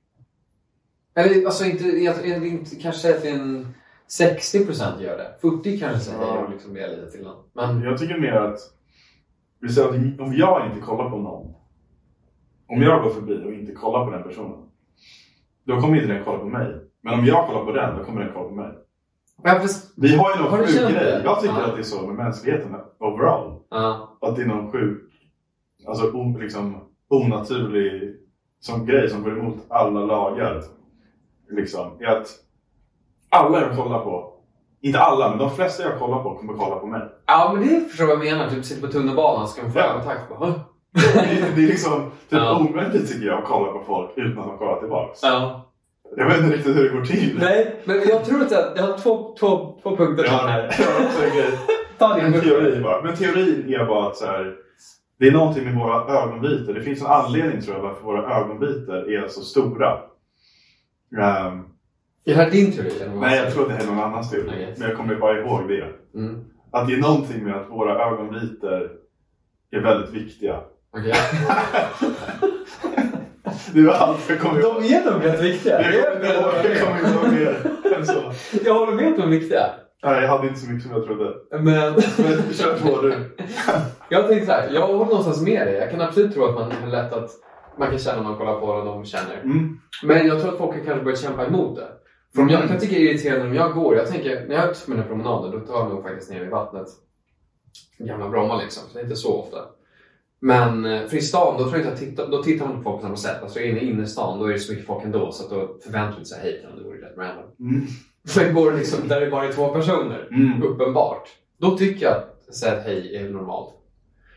Eller alltså inte, jag, jag, inte kanske att en sextio procent gör det. fyrtio kanske säger ja. Jag liksom ber lite till någon. Men jag tycker mer att, vi säger att om jag inte kollar på någon, om jag går förbi och inte kollar på den personen, då kommer inte den kolla på mig. Men om jag kollar på den, då kommer den kolla på mig. Ja, fast, vi har ju någon har sjuk grej. Det? Jag tycker ja. Att det är så med mänskligheten overall. Ja. Att det är någon sjuk, alltså on, liksom, onaturlig som grej som går emot alla lagar. Liksom, är att alla jag kollar på, inte alla, men de flesta jag kollar på kommer kolla på mig. Ja, men det förstår jag vad jag menar. Typ sitter på tunnelbanan så kan man få ja. kontakt på. det, det är liksom typ ja. omöjligt tycker jag att kolla på folk utan att de kollar tillbaka. Ja. Jag vet inte riktigt hur det går till. Nej, men jag tror att jag, jag har två, två, två punkter ja, här. Ja, också en grej. Ta din teori bara. Men teorin är bara att så här, det är någonting med våra ögonvitor. Det finns en anledning tror jag varför våra ögonvitor är så stora. Um, är det här din teori? Nej, jag tror att det är någon annans teori. Okay. Men jag kommer bara ihåg det. Mm. Att det är någonting med att våra ögonvitor är väldigt viktiga. Okej. Okay. Du har alltid kommit ihåg. De är nog rätt viktiga. Jag kommer inte ihåg mer än så. Jag håller med att de är viktiga. Nej, jag hade inte så mycket som jag trodde. Men... Men kör på du. Jag tänkte så här, jag håller någonstans med dig. Jag kan absolut tro att man har lätt att man kan känna när man kollar på vad de känner. Mm. Men jag tror att folk kan kanske börja kämpa emot det. För om jag kan tycka det är irriterande om jag går. Jag tänker, när jag är ute på mina promenader, då tar jag nog faktiskt ner i vattnet. Gamla Bromma liksom, så det är inte så ofta. Men för i stan, då tror jag inte att titta, då tittar man på folk på samma sätt. Alltså inne i innerstan, då är det så mycket folk ändå. Så att då förväntar man sig, hej, det vore rätt random. Mm. Men går det liksom, där det bara är två personer, mm. uppenbart. Då tycker jag att säga hej är normalt.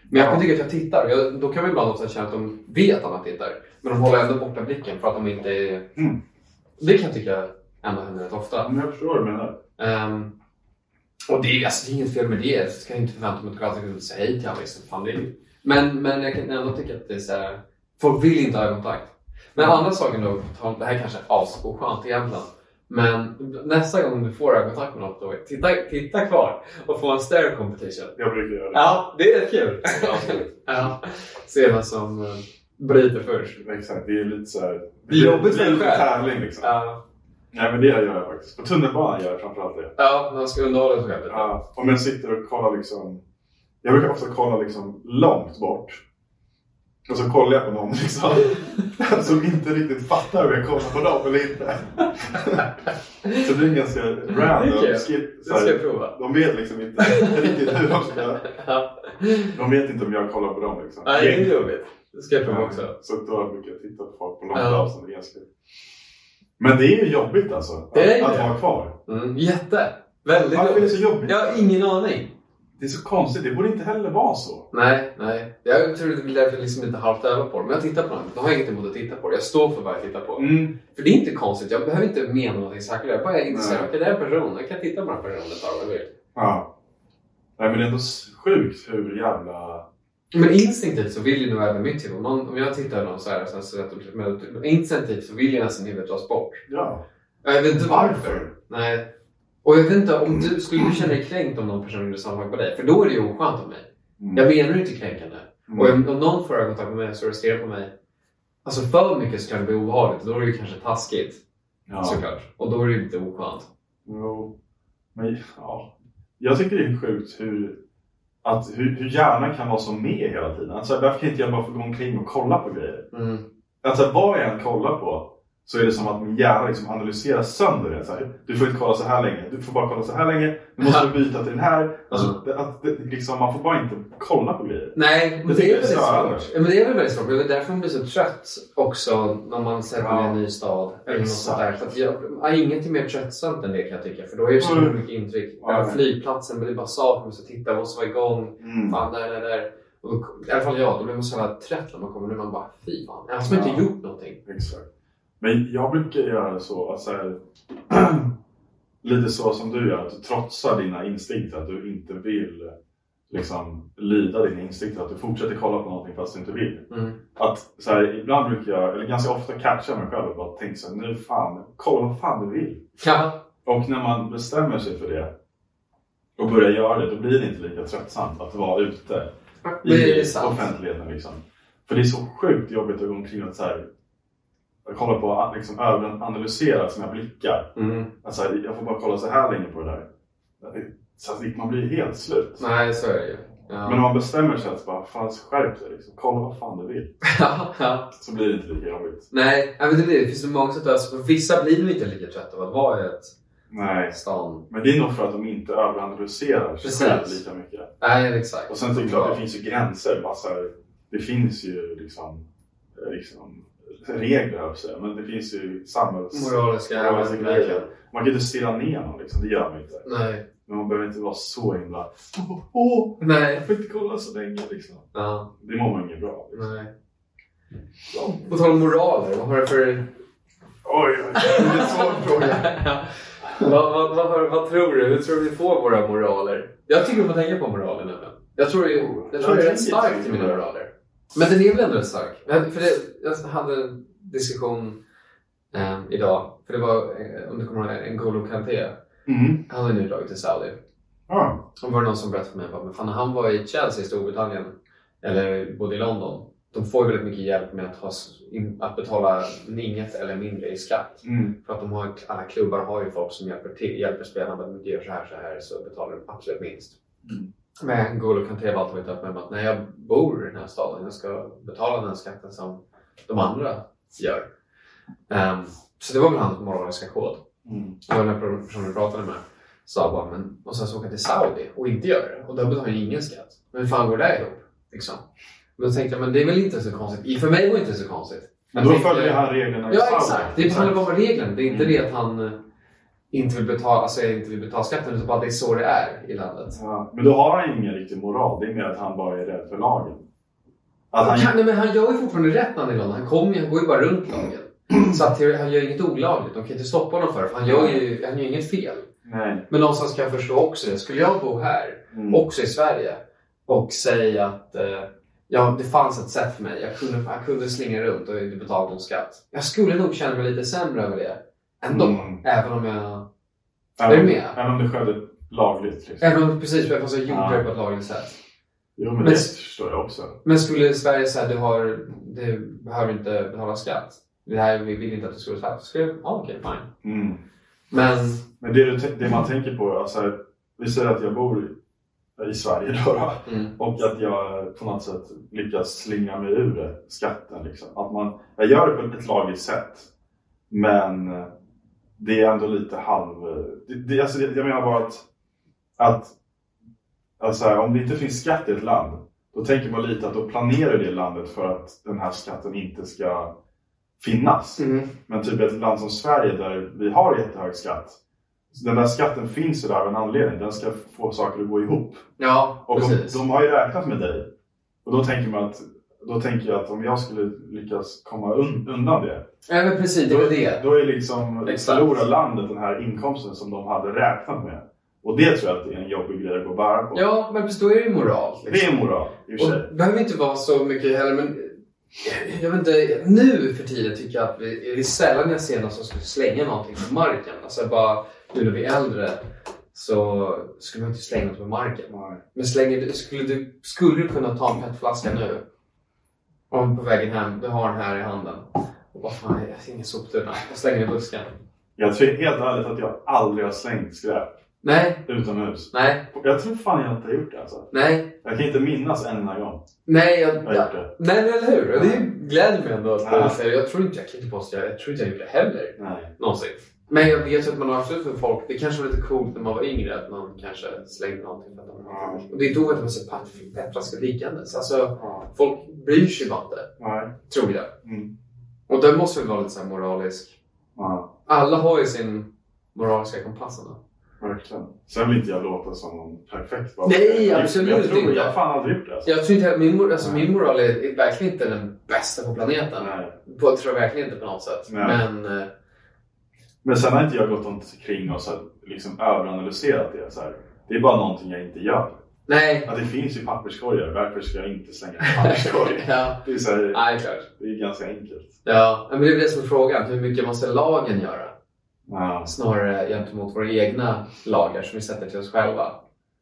Men jag kan Ja. tycka att jag tittar. Jag, då kan man ibland ofta känna att de vet att man tittar. Men de håller ändå borta blicken för att de inte är... Mm. Det kan jag tycka ändå händer rätt ofta. Men jag förstår vad du menar. Um, och det är, alltså, det är inget fel med det. Jag ska inte förvänta mig att jag ska säga hej till alla. Liksom. Fan, det är... men, men jag kan ändå tycka att det är så här... Folk vill inte ha ögonkontakt. Men mm. andra saken då, det här kanske är asoskönt egentligen. Men nästa gång du får ögonkontakt med något då, titta, titta kvar och få en stare competition. Jag brukar göra det. Ja, det är rätt kul. Ja, se vad som uh, bryter först. Exakt, det är lite så här. Det är jobbigt för en en själv. tävling liksom. Ja. Nej, men det gör jag faktiskt. På tunnelbanan gör jag framförallt det. Ja, man ska underhålla sig själv. Ja, om jag sitter och kollar liksom. Jag brukar ofta kolla liksom långt bort. Och så kollar jag på någon liksom, som inte riktigt fattar om jag kollar på dem eller inte. Så det är en ganska random okay. skip. Det ska jag prova. De vet liksom inte riktigt hur de ska. De vet inte om jag kollar på dem liksom. Nej, det är jobbigt. Det ska jag prova också. Så då brukar jag titta på folk på långt ja. avstånd. Det är ganska... Men det är ju jobbigt alltså. Det är att, det. att vara kvar. Mm, jätte. Väldigt Varför jobbigt. är det så jobbigt? Jag har ingen aning. Det är så konstigt, det borde inte heller vara så. Nej, nej. Jag tror det är därför liksom inte halvt öva på det. Men jag tittar på det. Då har jag inget emot att titta på det. Jag står för vad jag tittar på. Mm. För det är inte konstigt. Jag behöver inte mena någonting särskilt. Jag bara är intresserad. Okej, det är en person. Jag kan titta på den personen ett tag om jag vill. Ja. Nej, men det är ändå sjukt hur jävla... Men instinktivt så vill ju nog även mitt huvud. Om jag tittar någon så här. Så så att, men instinktivt så vill jag nästan huvudet dras bort. Ja. Jag vet inte varför. varför. Nej. Och jag vet inte om du skulle du känna dig kränkt om någon person gjorde samma sak på dig. För då är det ju oskönt av mig. Mm. Jag menar inte kränkande. Mm. Och om någon får ögonkontakt med mig så resterar på mig. Alltså för mycket så kan det bli obehagligt. Då är det ju kanske taskigt. Ja. Såklart. Och då är det ju lite oskönt. Jo. Men ja. Jag tycker det är sjukt hur, att, hur, hur hjärnan kan vara så med hela tiden. Alltså varför kan inte jag bara få gå omkring och kolla på grejer? Mm. Alltså vad jag än kollar på. Så är det som att min hjärna liksom analyserar sönder det. Så här, du får inte kolla så här länge. Du får bara kolla så här länge. Du måste byta till den här. Alltså, mm. att, det, liksom, man får bara inte kolla på grejer. Nej, men det, det är väldigt svårt. Men det är väl väldigt svårt. Det är därför man blir så trött också när man sätter ja. en ny stad. Eller något sånt där. Så att jag, jag är ingenting mer tröttsamt än det kan jag tycka. För då är det så mm. mycket intryck. Ja, flygplatsen, men det är bara saker. Man måste titta, man måste vara igång. Mm. Fan, där, där, där. Och då, i alla fall jag, då blir man så jävla trött när man kommer. Nu man bara, fy fan. Jag har ja. inte gjort någonting. Exakt. Men jag brukar göra så att så här, lite så som du gör, att du trotsar dina instinkter, att du inte vill liksom lyda dina instinkter, att du fortsätter kolla på någonting fast du inte vill. Mm. Att så här, ibland brukar jag, eller ganska ofta catcha mig själv och bara tänka så här, nu fan, kolla vad fan du vill. Ja. Och när man bestämmer sig för det och börjar göra det, då blir det inte lika tröttsamt att vara ute i offentligheten liksom. För det är så sjukt jobbigt att gå omkring och så här. Jag kollar på liksom överanalysera sina blickar. Mm. Alltså, jag får bara kolla så här länge på det där. Så att man blir helt slut. Nej, så är det ju. Ja. Men om man bestämmer sig att bara, fan skärp dig. Liksom. Kolla vad fan du vill. Ja. Så blir det inte lika jobbigt. Nej, men det, blir, det finns så många sätt. Alltså, vissa blir nog inte lika trötta av att vara i ett Nej. stan. Men det är nog för att de inte överanalyserar sig lika mycket. Nej, exakt. Och sen tycker jag att det finns ju gränser. Massa, det finns ju liksom... liksom regler också, men det finns ju samhälls... moraliska, moraliska grejer. Man kan inte stirra ner någon liksom, det gör man inte. Nej. Men man behöver inte vara så himla åh, åh nej. Jag får inte kolla så länge liksom. Ja. Det mår man inget bra liksom. Nej. Så. På tal om moraler, vad har du för... Oj, oj, det är en svår fråga. vad, vad, vad, vad tror du? Hur tror du vi får våra moraler? Jag tycker man tänker på moralen nu. Jag tror, jag, jag tror det är rätt starkt i mina moraler. Men den är väl ändå rätt stark. För det, jag hade en diskussion eh, idag. För det var, eh, om du kommer ihåg, en N'Golo Kanté. Mm. Han hade nu dragit till Saudi. Ah. Och var det någon som berättade för mig. Bara, men fan, han var i Chelsea i Storbritannien. Eller både i London. De får ju väldigt mycket hjälp med att, ha, att betala inget eller mindre i skatt. Mm. För att de har, alla klubbar har ju folk som hjälper, till, hjälper spelarna. Men de gör så här så här så betalar de absolut minst. Mm. Men N'Golo Kanté var alltid upp med att när jag bor i den här staden, jag ska betala den skatten som de andra gör. Um, så det var väl hans moraliska kod. Mm. Och den här personen jag pratade med sa bara, men och sen så åka till Saudi och inte göra det. Och då betalar jag ingen skatt. Men hur fan går det ihop? Liksom. Men då tänkte jag, men det är väl inte så konstigt. För mig var det inte så konstigt. Men då följer han reglerna i ja, Saudi. Exakt. Det handlar bara om reglerna. Det är inte mm. det att han... inte vill betala, alltså inte vill betala skatten, utan bara det är så det är i landet. Ja, men då har han ju ingen riktig moral. Det är mer att han bara är rädd för lagen. Att han... Han, nej, men han gör ju fortfarande rätt när han är i London. Han, kommer, han går ju bara runt lagen. Så att han gör inget olagligt. De kan inte stoppa honom för det. För han gör ju, han gör inget fel. Nej. Men någonstans kan jag förstå också det. Skulle jag bo här, mm. också i Sverige, och säga att eh, ja, det fanns ett sätt för mig. Jag kunde, jag kunde slinga runt och inte betala någon skatt. Jag skulle nog känna mig lite sämre över det. Ändå. Mm. Även om jag... Även, är du med? Även om du skedde lagligt. Liksom. Även om precis, fast jag gjorde ja. det på ett lagligt sätt. Jo, men, men det förstår jag också. Men skulle Sverige säga att du, har, du behöver inte betala skatt. Det här, vi vill inte att du skulle betala. Skulle jag, ja okej, okay, fine. Mm. Men, men det, det man tänker på, alltså, vi säger att jag bor i Sverige då, då mm. och att jag på något sätt lyckas slinga mig ur det, skatten. Liksom. Att man, jag gör det på ett lagligt sätt, men det är ändå lite halv... Det, det, alltså, jag menar bara att, att alltså, om det inte finns skatt i ett land, då tänker man lite att då planerar det landet för att den här skatten inte ska finnas. Mm. Men typ ett land som Sverige där vi har jättehög skatt, den där skatten finns ju där av en anledning. Den ska få saker att gå ihop. Ja, och precis. De, de har ju räknat med dig. Och då tänker man att då tänker jag att om jag skulle lyckas komma un, undan det. Ja, men precis, det då, är det. Då är liksom förlorar landet den här inkomsten som de hade räknat med. Och det tror jag att det är en jobbig grej att gå bära på. Ja, men då är det ju moral. Liksom. Det är moral, i och för sig. Och det behöver inte vara så mycket heller, men jag vet inte, nu för tiden tycker jag att vi, det är sällan jag ser någon som skulle slänga någonting på marken. Alltså bara, nu när vi är äldre så skulle man inte slänga något på marken. Nej. Men slänger, skulle, du, skulle du kunna ta en petflaska nu, om på vägen hem, du har den här i handen, och bara fan, jag ser ingen soptunna, jag slänger i busken. Jag tror helt ärligt att jag aldrig har slängt skräp. Nej. Utomhus. Nej. Jag tror fan jag inte har gjort det alltså. Nej. Jag kan inte minnas en enda gång. Nej, jag, jag har gjort det. Nej, men eller hur? Det gläder mig ändå att jag säger. Jag tror inte jag kan inte påstå, jag tror inte jag gjort det heller. Nej. Någonsin. Men jag vet att man har absolut för folk, det kanske var lite coolt när man var yngre att man kanske slängde någonting för att de var mm. Och det är då att man ser petflaskor liggandes. Alltså, mm. folk bryr sig ju inte. Nej. Tror jag. Mm. Och där måste vi vara lite så här moralisk. Mm. Alla har ju sin moraliska kompassen. Verkligen. Sen vill inte jag låta som någon perfekt. Bara. Nej, jag, absolut jag tror, inte. Jag har fan aldrig gjort det. Alltså. Jag tror inte att min, alltså, min moral är, är verkligen inte den bästa på planeten. Nej. På, jag tror jag verkligen inte på något sätt. Nej. Men... Men sen har inte jag gått omkring och så liksom överanalyserat det. Så här. Det är bara någonting jag inte gör. Nej. Att det finns ju papperskorgar. Varför ska jag inte slänga papperskorgar? Ja. Det är så här, nej, klart. Det är ganska enkelt. Ja, men det är det som är frågan. Hur mycket måste lagen göra? Ja. Snarare gentemot våra egna lagar som vi sätter till oss själva.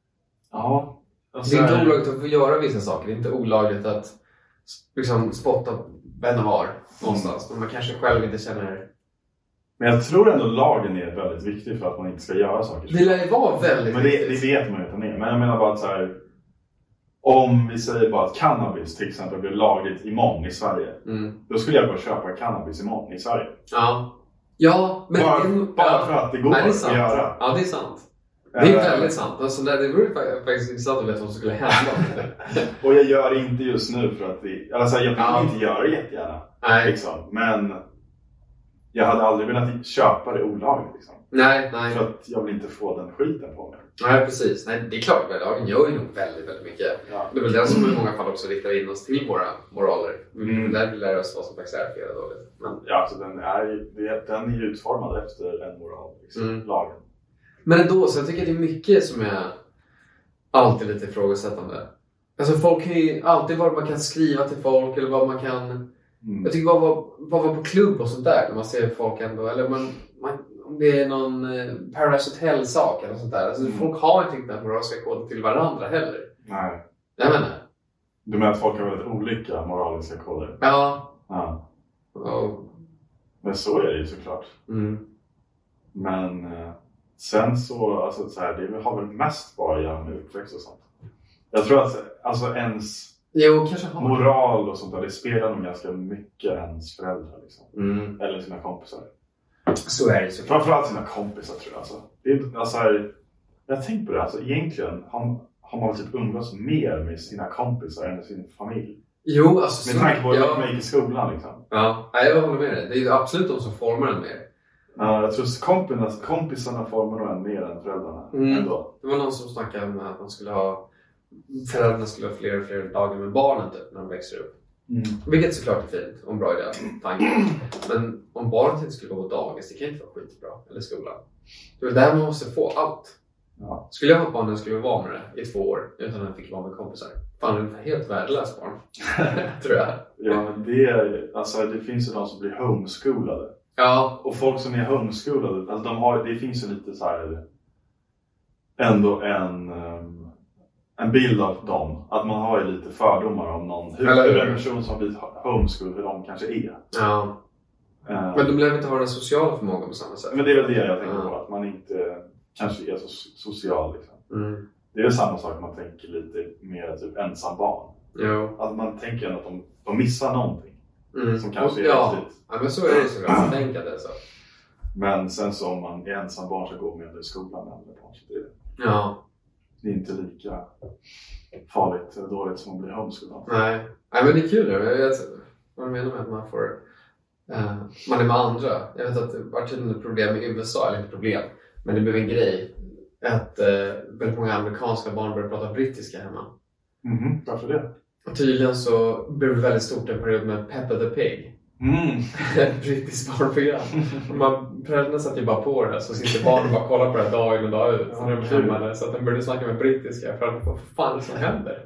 Ja. Alltså, det är inte olagligt att få göra vissa saker. Det är inte olagligt att liksom spotta vem var någonstans. Men man kanske själv inte känner... Men jag tror ändå lagen är väldigt viktig för att man inte ska göra saker. Det lär ju vara väldigt Men det, viktigt. det vet man ju att den är. Men jag menar bara att så här, om vi säger bara att cannabis till exempel blir lagligt imorgon i Sverige. Mm. Då skulle jag bara köpa cannabis imorgon i Sverige. Ja. Ja, men bara, det, bara ja, för att det går nej, det är att sant. göra. Ja, det är sant. Det är äh, väldigt sant. Alltså, det vore faktiskt intressant att veta vad som skulle hända. Och jag gör det inte just nu för att det, alltså, jag vill ja. inte göra det jättegärna. Nej. Liksom. Men jag hade aldrig velat köpa det olagligt. Liksom. Nej, nej. För att jag vill inte få den skiten på mig. Nej, precis. Nej, det är klart att lagen gör ju nog väldigt, väldigt mycket. Ja. Det är väl den som i många fall också riktar in oss till våra moraler. Mm. Där vill lära oss vad som faktiskt är fel och dåligt. Men... Ja, alltså den är, den är ju utformad efter en moral, liksom, mm. lagen. Men ändå, så jag tycker att det är mycket som är alltid lite ifrågasättande. Alltså folk kan ju alltid vad man kan skriva till folk eller vad man kan... Mm. Jag tycker bara vara var på klubb och sånt där när man ser folk ändå. Eller man, man, om det är någon eh, Paradise Hotel-sak eller sånt där. Alltså mm. folk har inte riktigt den moraliska koden till varandra heller. Nej. Jag menar. Du menar att folk har väldigt olika moraliska koder? Ja. Ja. Oh. Men så är det ju såklart. Mm. Men... Eh... Sen så, alltså så här, det har väl mest bara att göra med uppväxt och sånt. Jag tror att alltså ens jo, kanske har moral och sånt där, det spelar nog ganska mycket ens föräldrar liksom. Mm. Eller sina kompisar. Så är det så. Framförallt sina kompisar tror jag. Alltså. Det är, alltså här, jag tänkte på det, alltså egentligen har, har man typ umgås mer med sina kompisar än med sin familj. Jo, alltså med tanke på att man gick i skolan liksom. Ja, jag håller med dig. Det är absolut de som formar en mer. Ja, jag tror kompisarna, kompisarna formar nog än mer än föräldrarna. Mm. Ändå. Det var någon som snackade om att man skulle ha föräldrarna skulle ha fler och fler dagar med barnen typ, när de växer upp. Mm. Vilket såklart är fint och en bra idé, tanke. Men om barnet inte skulle gå på dagis, det kan inte vara skitbra. Eller skolan. Det är där man måste få allt. Ja. Skulle jag ha ett barn och skulle vara med det i två år utan att jag fick vara med kompisar. Fan, det är helt värdelöst barn. Tror jag. Ja, men det, är, alltså, det finns ju de som blir homeschoolade. Ja. Och folk som är homeschoolade, alltså, de har, det finns ju lite så här ändå en, um, en bild av dem. Att man har ju lite fördomar om någon. Hur, hur en person som har blivit homeschoolad, hur de kanske är. Ja. Uh, Men de behöver inte ha den sociala förmågan på samma sätt. Men det är väl det jag tänker ja. på. Att man inte kanske är så social liksom. Mm. Det är väl samma sak man tänker lite mer typ ensam barn. Jo. Att man tänker att de, de missar någonting. Mm. Som kanske är ja. riktigt. Ja, men så är det såklart. Man tänker det så. Men sen så om man är ensam barn så går man i skolan med andra barn. Så det, Ja. det är inte lika farligt eller dåligt som att bli homeschoolad. Nej. Nej, men det är kul. Jag vet vad du menar med att man får... Uh, man är med andra. Jag vet att det var tydligen ett problem i U S A, eller inte problem. Men det blev en grej. Att uh, väldigt många amerikanska barn började prata brittiska hemma. Mhm, varför det? Och tydligen så blev det väldigt stort en period med Peppa the Pig. Mm. Ett brittiskt barnprogram. Man, föräldrarna satt ju bara på det. Så sitter barnen och bara kollar på det dag in och dag ut. Så, de hemma, så att de började snacka med brittiska. För att vad fan är det som händer?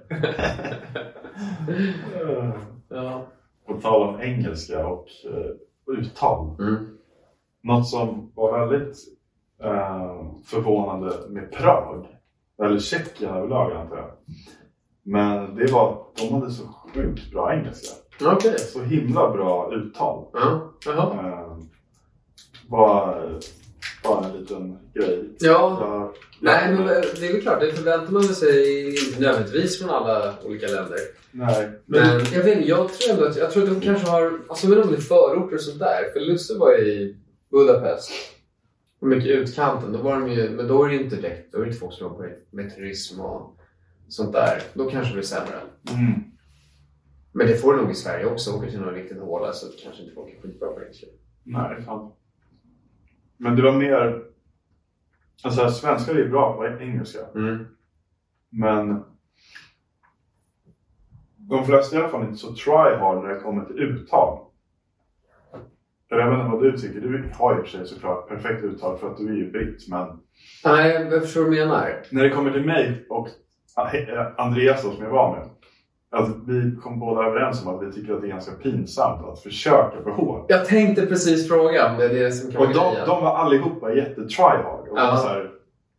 Ja. På tal om engelska och uh, uttal. Mm. Något som var väldigt uh, förvånande med Prag. Eller Tjeckien överlag antar jag. Men det var att de hade så sjukt bra engelska. Okej. Okay. Så himla bra uttal. Ja, jaha. Uh, bara, bara en liten grej. Ja. Jag, Nej, men det är väl klart. Det förväntar man sig inte nödvändigtvis från alla olika länder. Nej. Men, men jag vet inte, jag tror ändå att, jag tror att de kanske har, alltså med de förorter och sånt där. För Lusse var i Budapest. Och mycket utkanten. Då var de ju, men då är det inte direkt, då är det inte folk som jobbar med turism och sånt där. Då kanske det blir sämre. Mm. Men det får det nog i Sverige också. Åker till några riktigt håla så att kanske inte folk är skitbra på engelska. Nej, fan. Men det var mer... Alltså svenskar är bra på engelska. Mm. Men... De flesta är i alla fall inte så try-hard när det kommer till uttal. Jag vet inte vad du tycker. Du har ju för sig såklart perfekt uttal för att du är ju britt, men... Nej, jag förstår vad du menar. När det kommer till mig och Andreas då, som jag var med. Alltså, vi kom båda överens om att vi tycker att det är ganska pinsamt att försöka för hårt. Jag tänkte precis fråga om det är det som kan och vara de, de var allihopa jätte-tryhard. Och ja. så här,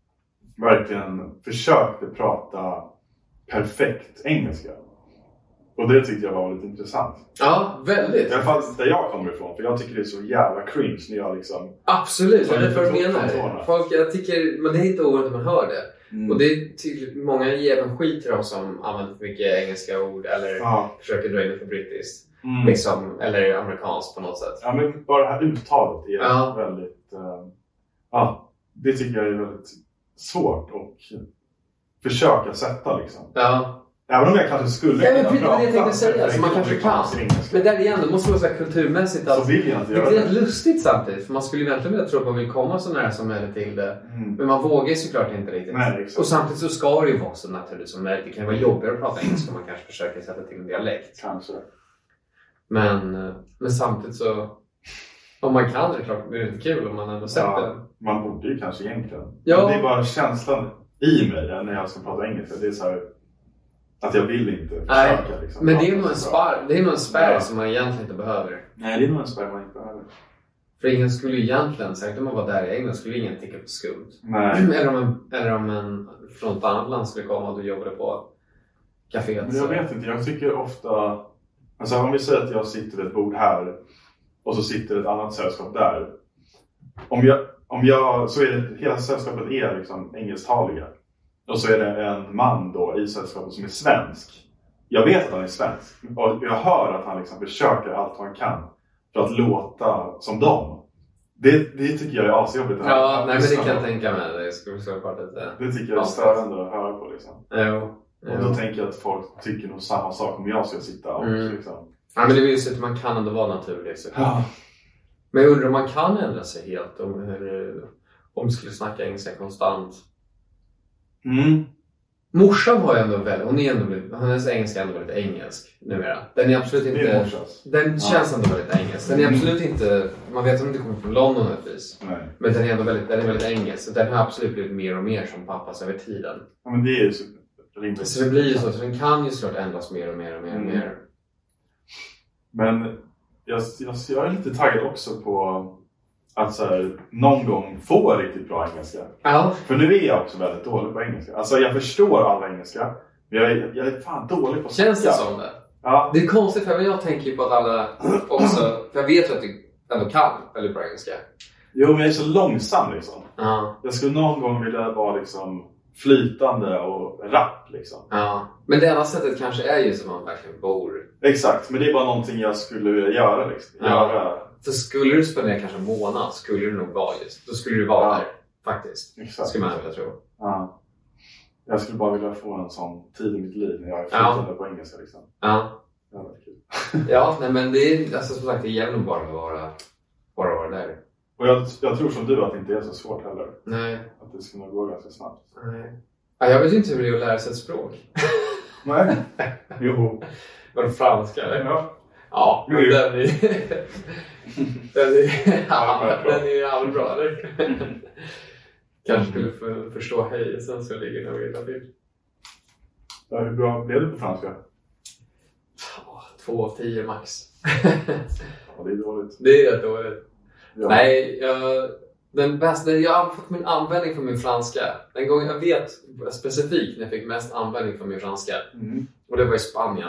verkligen försökte prata perfekt engelska. Och det tyckte jag var lite intressant. Ja, väldigt. I alla fall där jag kommer ifrån. För jag tycker det är så jävla cringe när jag liksom... Absolut, jag vet vad du menar. Kontorna. Folk, jag tycker, men det är inte ovanligt att man hör det. Mm. Och det är tydligt, många ger en skit till dem som använder för mycket engelska ord. Eller ja. försöker dra in det för brittiskt. Mm. Liksom, eller amerikanskt på något sätt. Ja, men bara det här uttalet är ja. väldigt... Uh, ja, det tycker jag är väldigt svårt att försöka sätta liksom. Ja. Även om jag kanske skulle ja, men prata. Det jag tänkte säga, så man kanske kan. Men där igen, det måste vara så här kulturmässigt att... Så vill jag inte göra det. Det är rätt lustigt samtidigt. För man skulle egentligen vilja tro att man vill komma så nära som möjligt till det. Mm. Men man vågar ju såklart inte riktigt. Nej, exakt. Och samtidigt så ska det ju vara så naturligt som möjligt. Det kan vara jobbigare att prata engelska om man kanske försöker sätta till en dialekt. Kanske. Men, men samtidigt så... Om man kan det är klart, det är lite kul om man ändå sett ja, det. Man borde ju kanske egentligen. Ja. Men det är bara känslan i mig när jag ska prata engelska. Det är så här... Att jag vill inte försöka. Nej, liksom, men det är nog en spärr, det är nog en spärr ja. som man egentligen inte behöver. Nej, det är nog en spärr man inte behöver. För ingen skulle ju egentligen, säkert om man var där i England, skulle ingen tycka på skumt. Nej. Eller om en, eller om en från ett annat land skulle komma och du jobbade på kaféet. Men jag vet inte, jag tycker ofta... Alltså om vi säger att jag sitter vid ett bord här och så sitter ett annat sällskap där. Om jag, om jag så är det, hela sällskapet är liksom engelsktaliga. Och så är det en man då i sällskapet som är svensk. Jag vet att han är svensk. Och jag hör att han liksom försöker allt han kan för att låta som dem. Det, det tycker jag är asjobbigt. Ja, nej men det kan jag tänka mig. Det skulle såklart inte... Det tycker jag är störande att höra på liksom. Jo. Och då tänker jag att folk tycker nog samma sak om jag ska sitta och mm. liksom. Ja men det är ju så att man kan ändå vara naturlig. Så. Ja. Men jag undrar om man kan ändra sig helt om, hur, om du skulle snacka engelska konstant. Mm. Morsan har ju ändå väldigt, hon är ändå, hennes engelska är ändå väldigt engelsk numera. Den är absolut inte, är den känns ja. ändå väldigt engelsk. Den är absolut inte, man vet att den inte kommer från London nödvändigtvis. Men den är ändå väldigt, den är väldigt engelsk. Så den har absolut blivit mer och mer som pappas över tiden. Ja, men det är ju så rimligt. Så det blir ju så, så den kan ju såklart ändras mer och mer och mer och mm. mer. Men jag, jag, jag är lite taggad också på att så här, någon gång få riktigt bra engelska. Ja. För nu är jag också väldigt dålig på engelska. Alltså jag förstår alla engelska. Men jag är, jag är fan dålig på svenska. Känns det som det? Ja. Det är konstigt för jag tänker ju på att alla också, för jag vet ju att du ändå kan väldigt bra engelska. Jo, men jag är så långsam liksom. Ja. Jag skulle någon gång vilja vara liksom flytande och rapp liksom. Ja. Men det enda sättet kanske är ju som man verkligen bor. Exakt, men det är bara någonting jag skulle vilja göra liksom. Ja. Göra... För skulle du spendera kanske en månad skulle du nog vara just, då skulle du vara ja. där faktiskt. Exakt. Skulle man vilja tro. Ja. Jag skulle bara vilja få en sån tid i mitt liv när jag är flytande ja. på engelska liksom. Ja. Ja, det är kul. Ja, nej, men det är alltså som sagt det gäller nog bara att vara, bara vara där. Och jag, jag tror som du att det inte är så svårt heller. Nej. Att det ska nog gå ganska snabbt. Nej. Ja, jag vet inte hur det är att lära sig ett språk. Nej. Jo. Var det franska eller? Ja. Ja, men den är... den är... ja, den är aldrig bra, eller? Kanske skulle för, förstå hej, sen så ligger det nog illa till. Ja, hur bra blev du på franska? Två av tio max. Ja, det är dåligt. Det är rätt dåligt. Ja. Nej, jag... Den bästa, jag har fått min användning för min franska. Den gången jag vet specifikt när jag fick mest användning för min franska. Mm. Och det var i Spanien.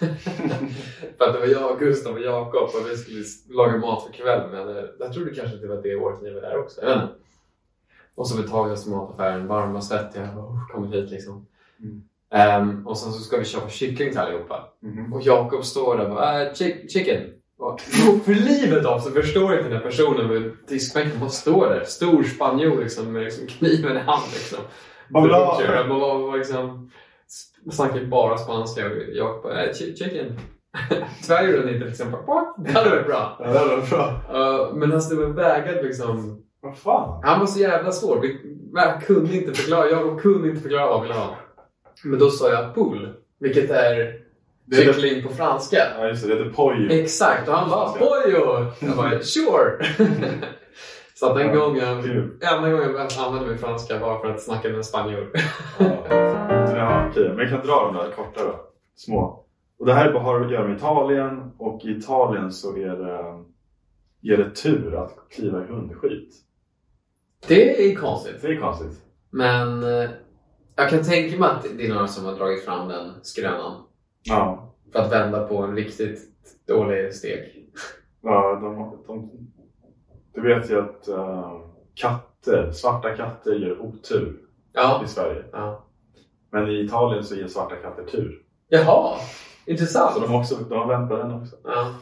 För att det var jag, Gustav och Jakob och vi skulle laga mat för kvällen. Men jag trodde kanske att det var det året ni var där också. Jag vet inte. Och så betalade jag oss mataffären, varma och svettiga. Jag bara, kommit hit liksom. Mm. Um, och sen så ska vi köpa kyckling till allihopa. Mm. Och Jakob står där och bara, äh, chicken. Och för livet av så förstår inte den här personen med diskbänken bara står där. Stor spanjor liksom, med liksom kniven i hand liksom. Jag bara liksom snackar bara spanska och jag bara, äh, chicken. Tyvärr gjorde den inte liksom bara, det hade varit bra. Ja, det hade varit bra. Uh, men alltså det var vägad liksom. Vad fan? Han var så jävla svår. Vi jag kunde inte förklara, jag kunde inte förklara vad vi ville ha. Men då sa jag pool, vilket är kyckling på franska. Ja just det, det heter pollo. Exakt, och han bara pollo. Jag bara, sure. Så att den ja, gången, kul. enda gången jag använde mig franska var för att snacka med en spanjor. Ja, ja okej. Men jag kan dra de där korta då. Små. Och det här har att göra med Italien. Och i Italien så är det, ger det tur att kliva i hundskit. Det är konstigt. Det är konstigt. Men jag kan tänka mig att det är några som har dragit fram den skrönan. Ja. För att vända på en riktigt dålig steg. Ja, de, de, du vet ju att uh, katter, svarta katter ger otur ja. i Sverige. Ja. Men i Italien så ger svarta katter tur. Jaha, intressant. Så de också, de har vänt på den också. Ja.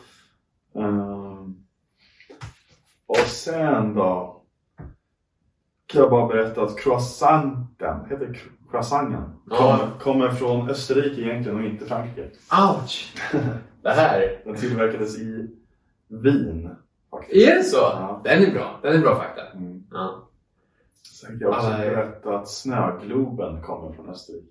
Um, och sen då kan jag bara berätta att croissanten, heter croissanten, ja. kommer, kommer från Österrike egentligen och inte Frankrike. Ouch! Det här. Den tillverkades i Wien. Faktiskt. Är det så? Ja. Den är bra, den är bra fakta. Mm. Ja. Sen kan jag också Alla... berätta att snögloben kommer från Österrike.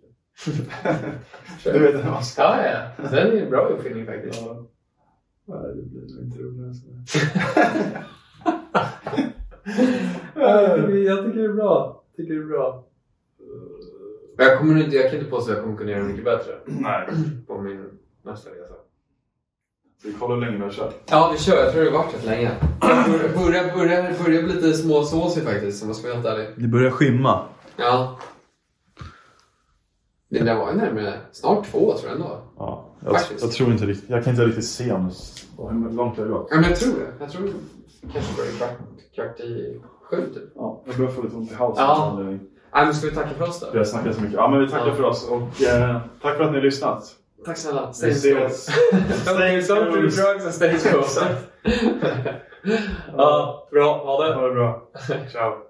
Du vet den maska. Ja, ja. Den är en bra uppfinning faktiskt. Ja. Nej, det blir inte roligt. jag, tycker, jag tycker det är bra. Jag tycker det är bra. Jag, kommer inte, jag kan inte påstå att jag kommer kunna göra mycket bättre. Nej. På min nästa resa. Vi kollar hur länge vi har kört. Ja, vi kör. Jag tror det har varit rätt länge. Jag börjar, börjar, börjar bli lite småsåsig faktiskt, om jag ska vara helt ärlig. Det börjar skymma. Ja. Det där var ju närmare snart två, tror jag ändå. Ja, jag, jag tror inte riktigt. Jag kan inte riktigt se om hur långt det har gått. Ja, men jag tror det. Jag tror det kanske börjar kvart, kvart i sju typ. Ja, jag börjar få lite ont i halsen. Ja. Nej, men ska vi tacka för oss då? Vi har snackat så mycket. Ja, men vi tackar ja. för oss. Och eh, tack för att ni har lyssnat. Tack snälla. Stay safe. Stay safe. Don't do drugs and stay safe. Ja, bra. Ha det. Ha det bra. Ciao.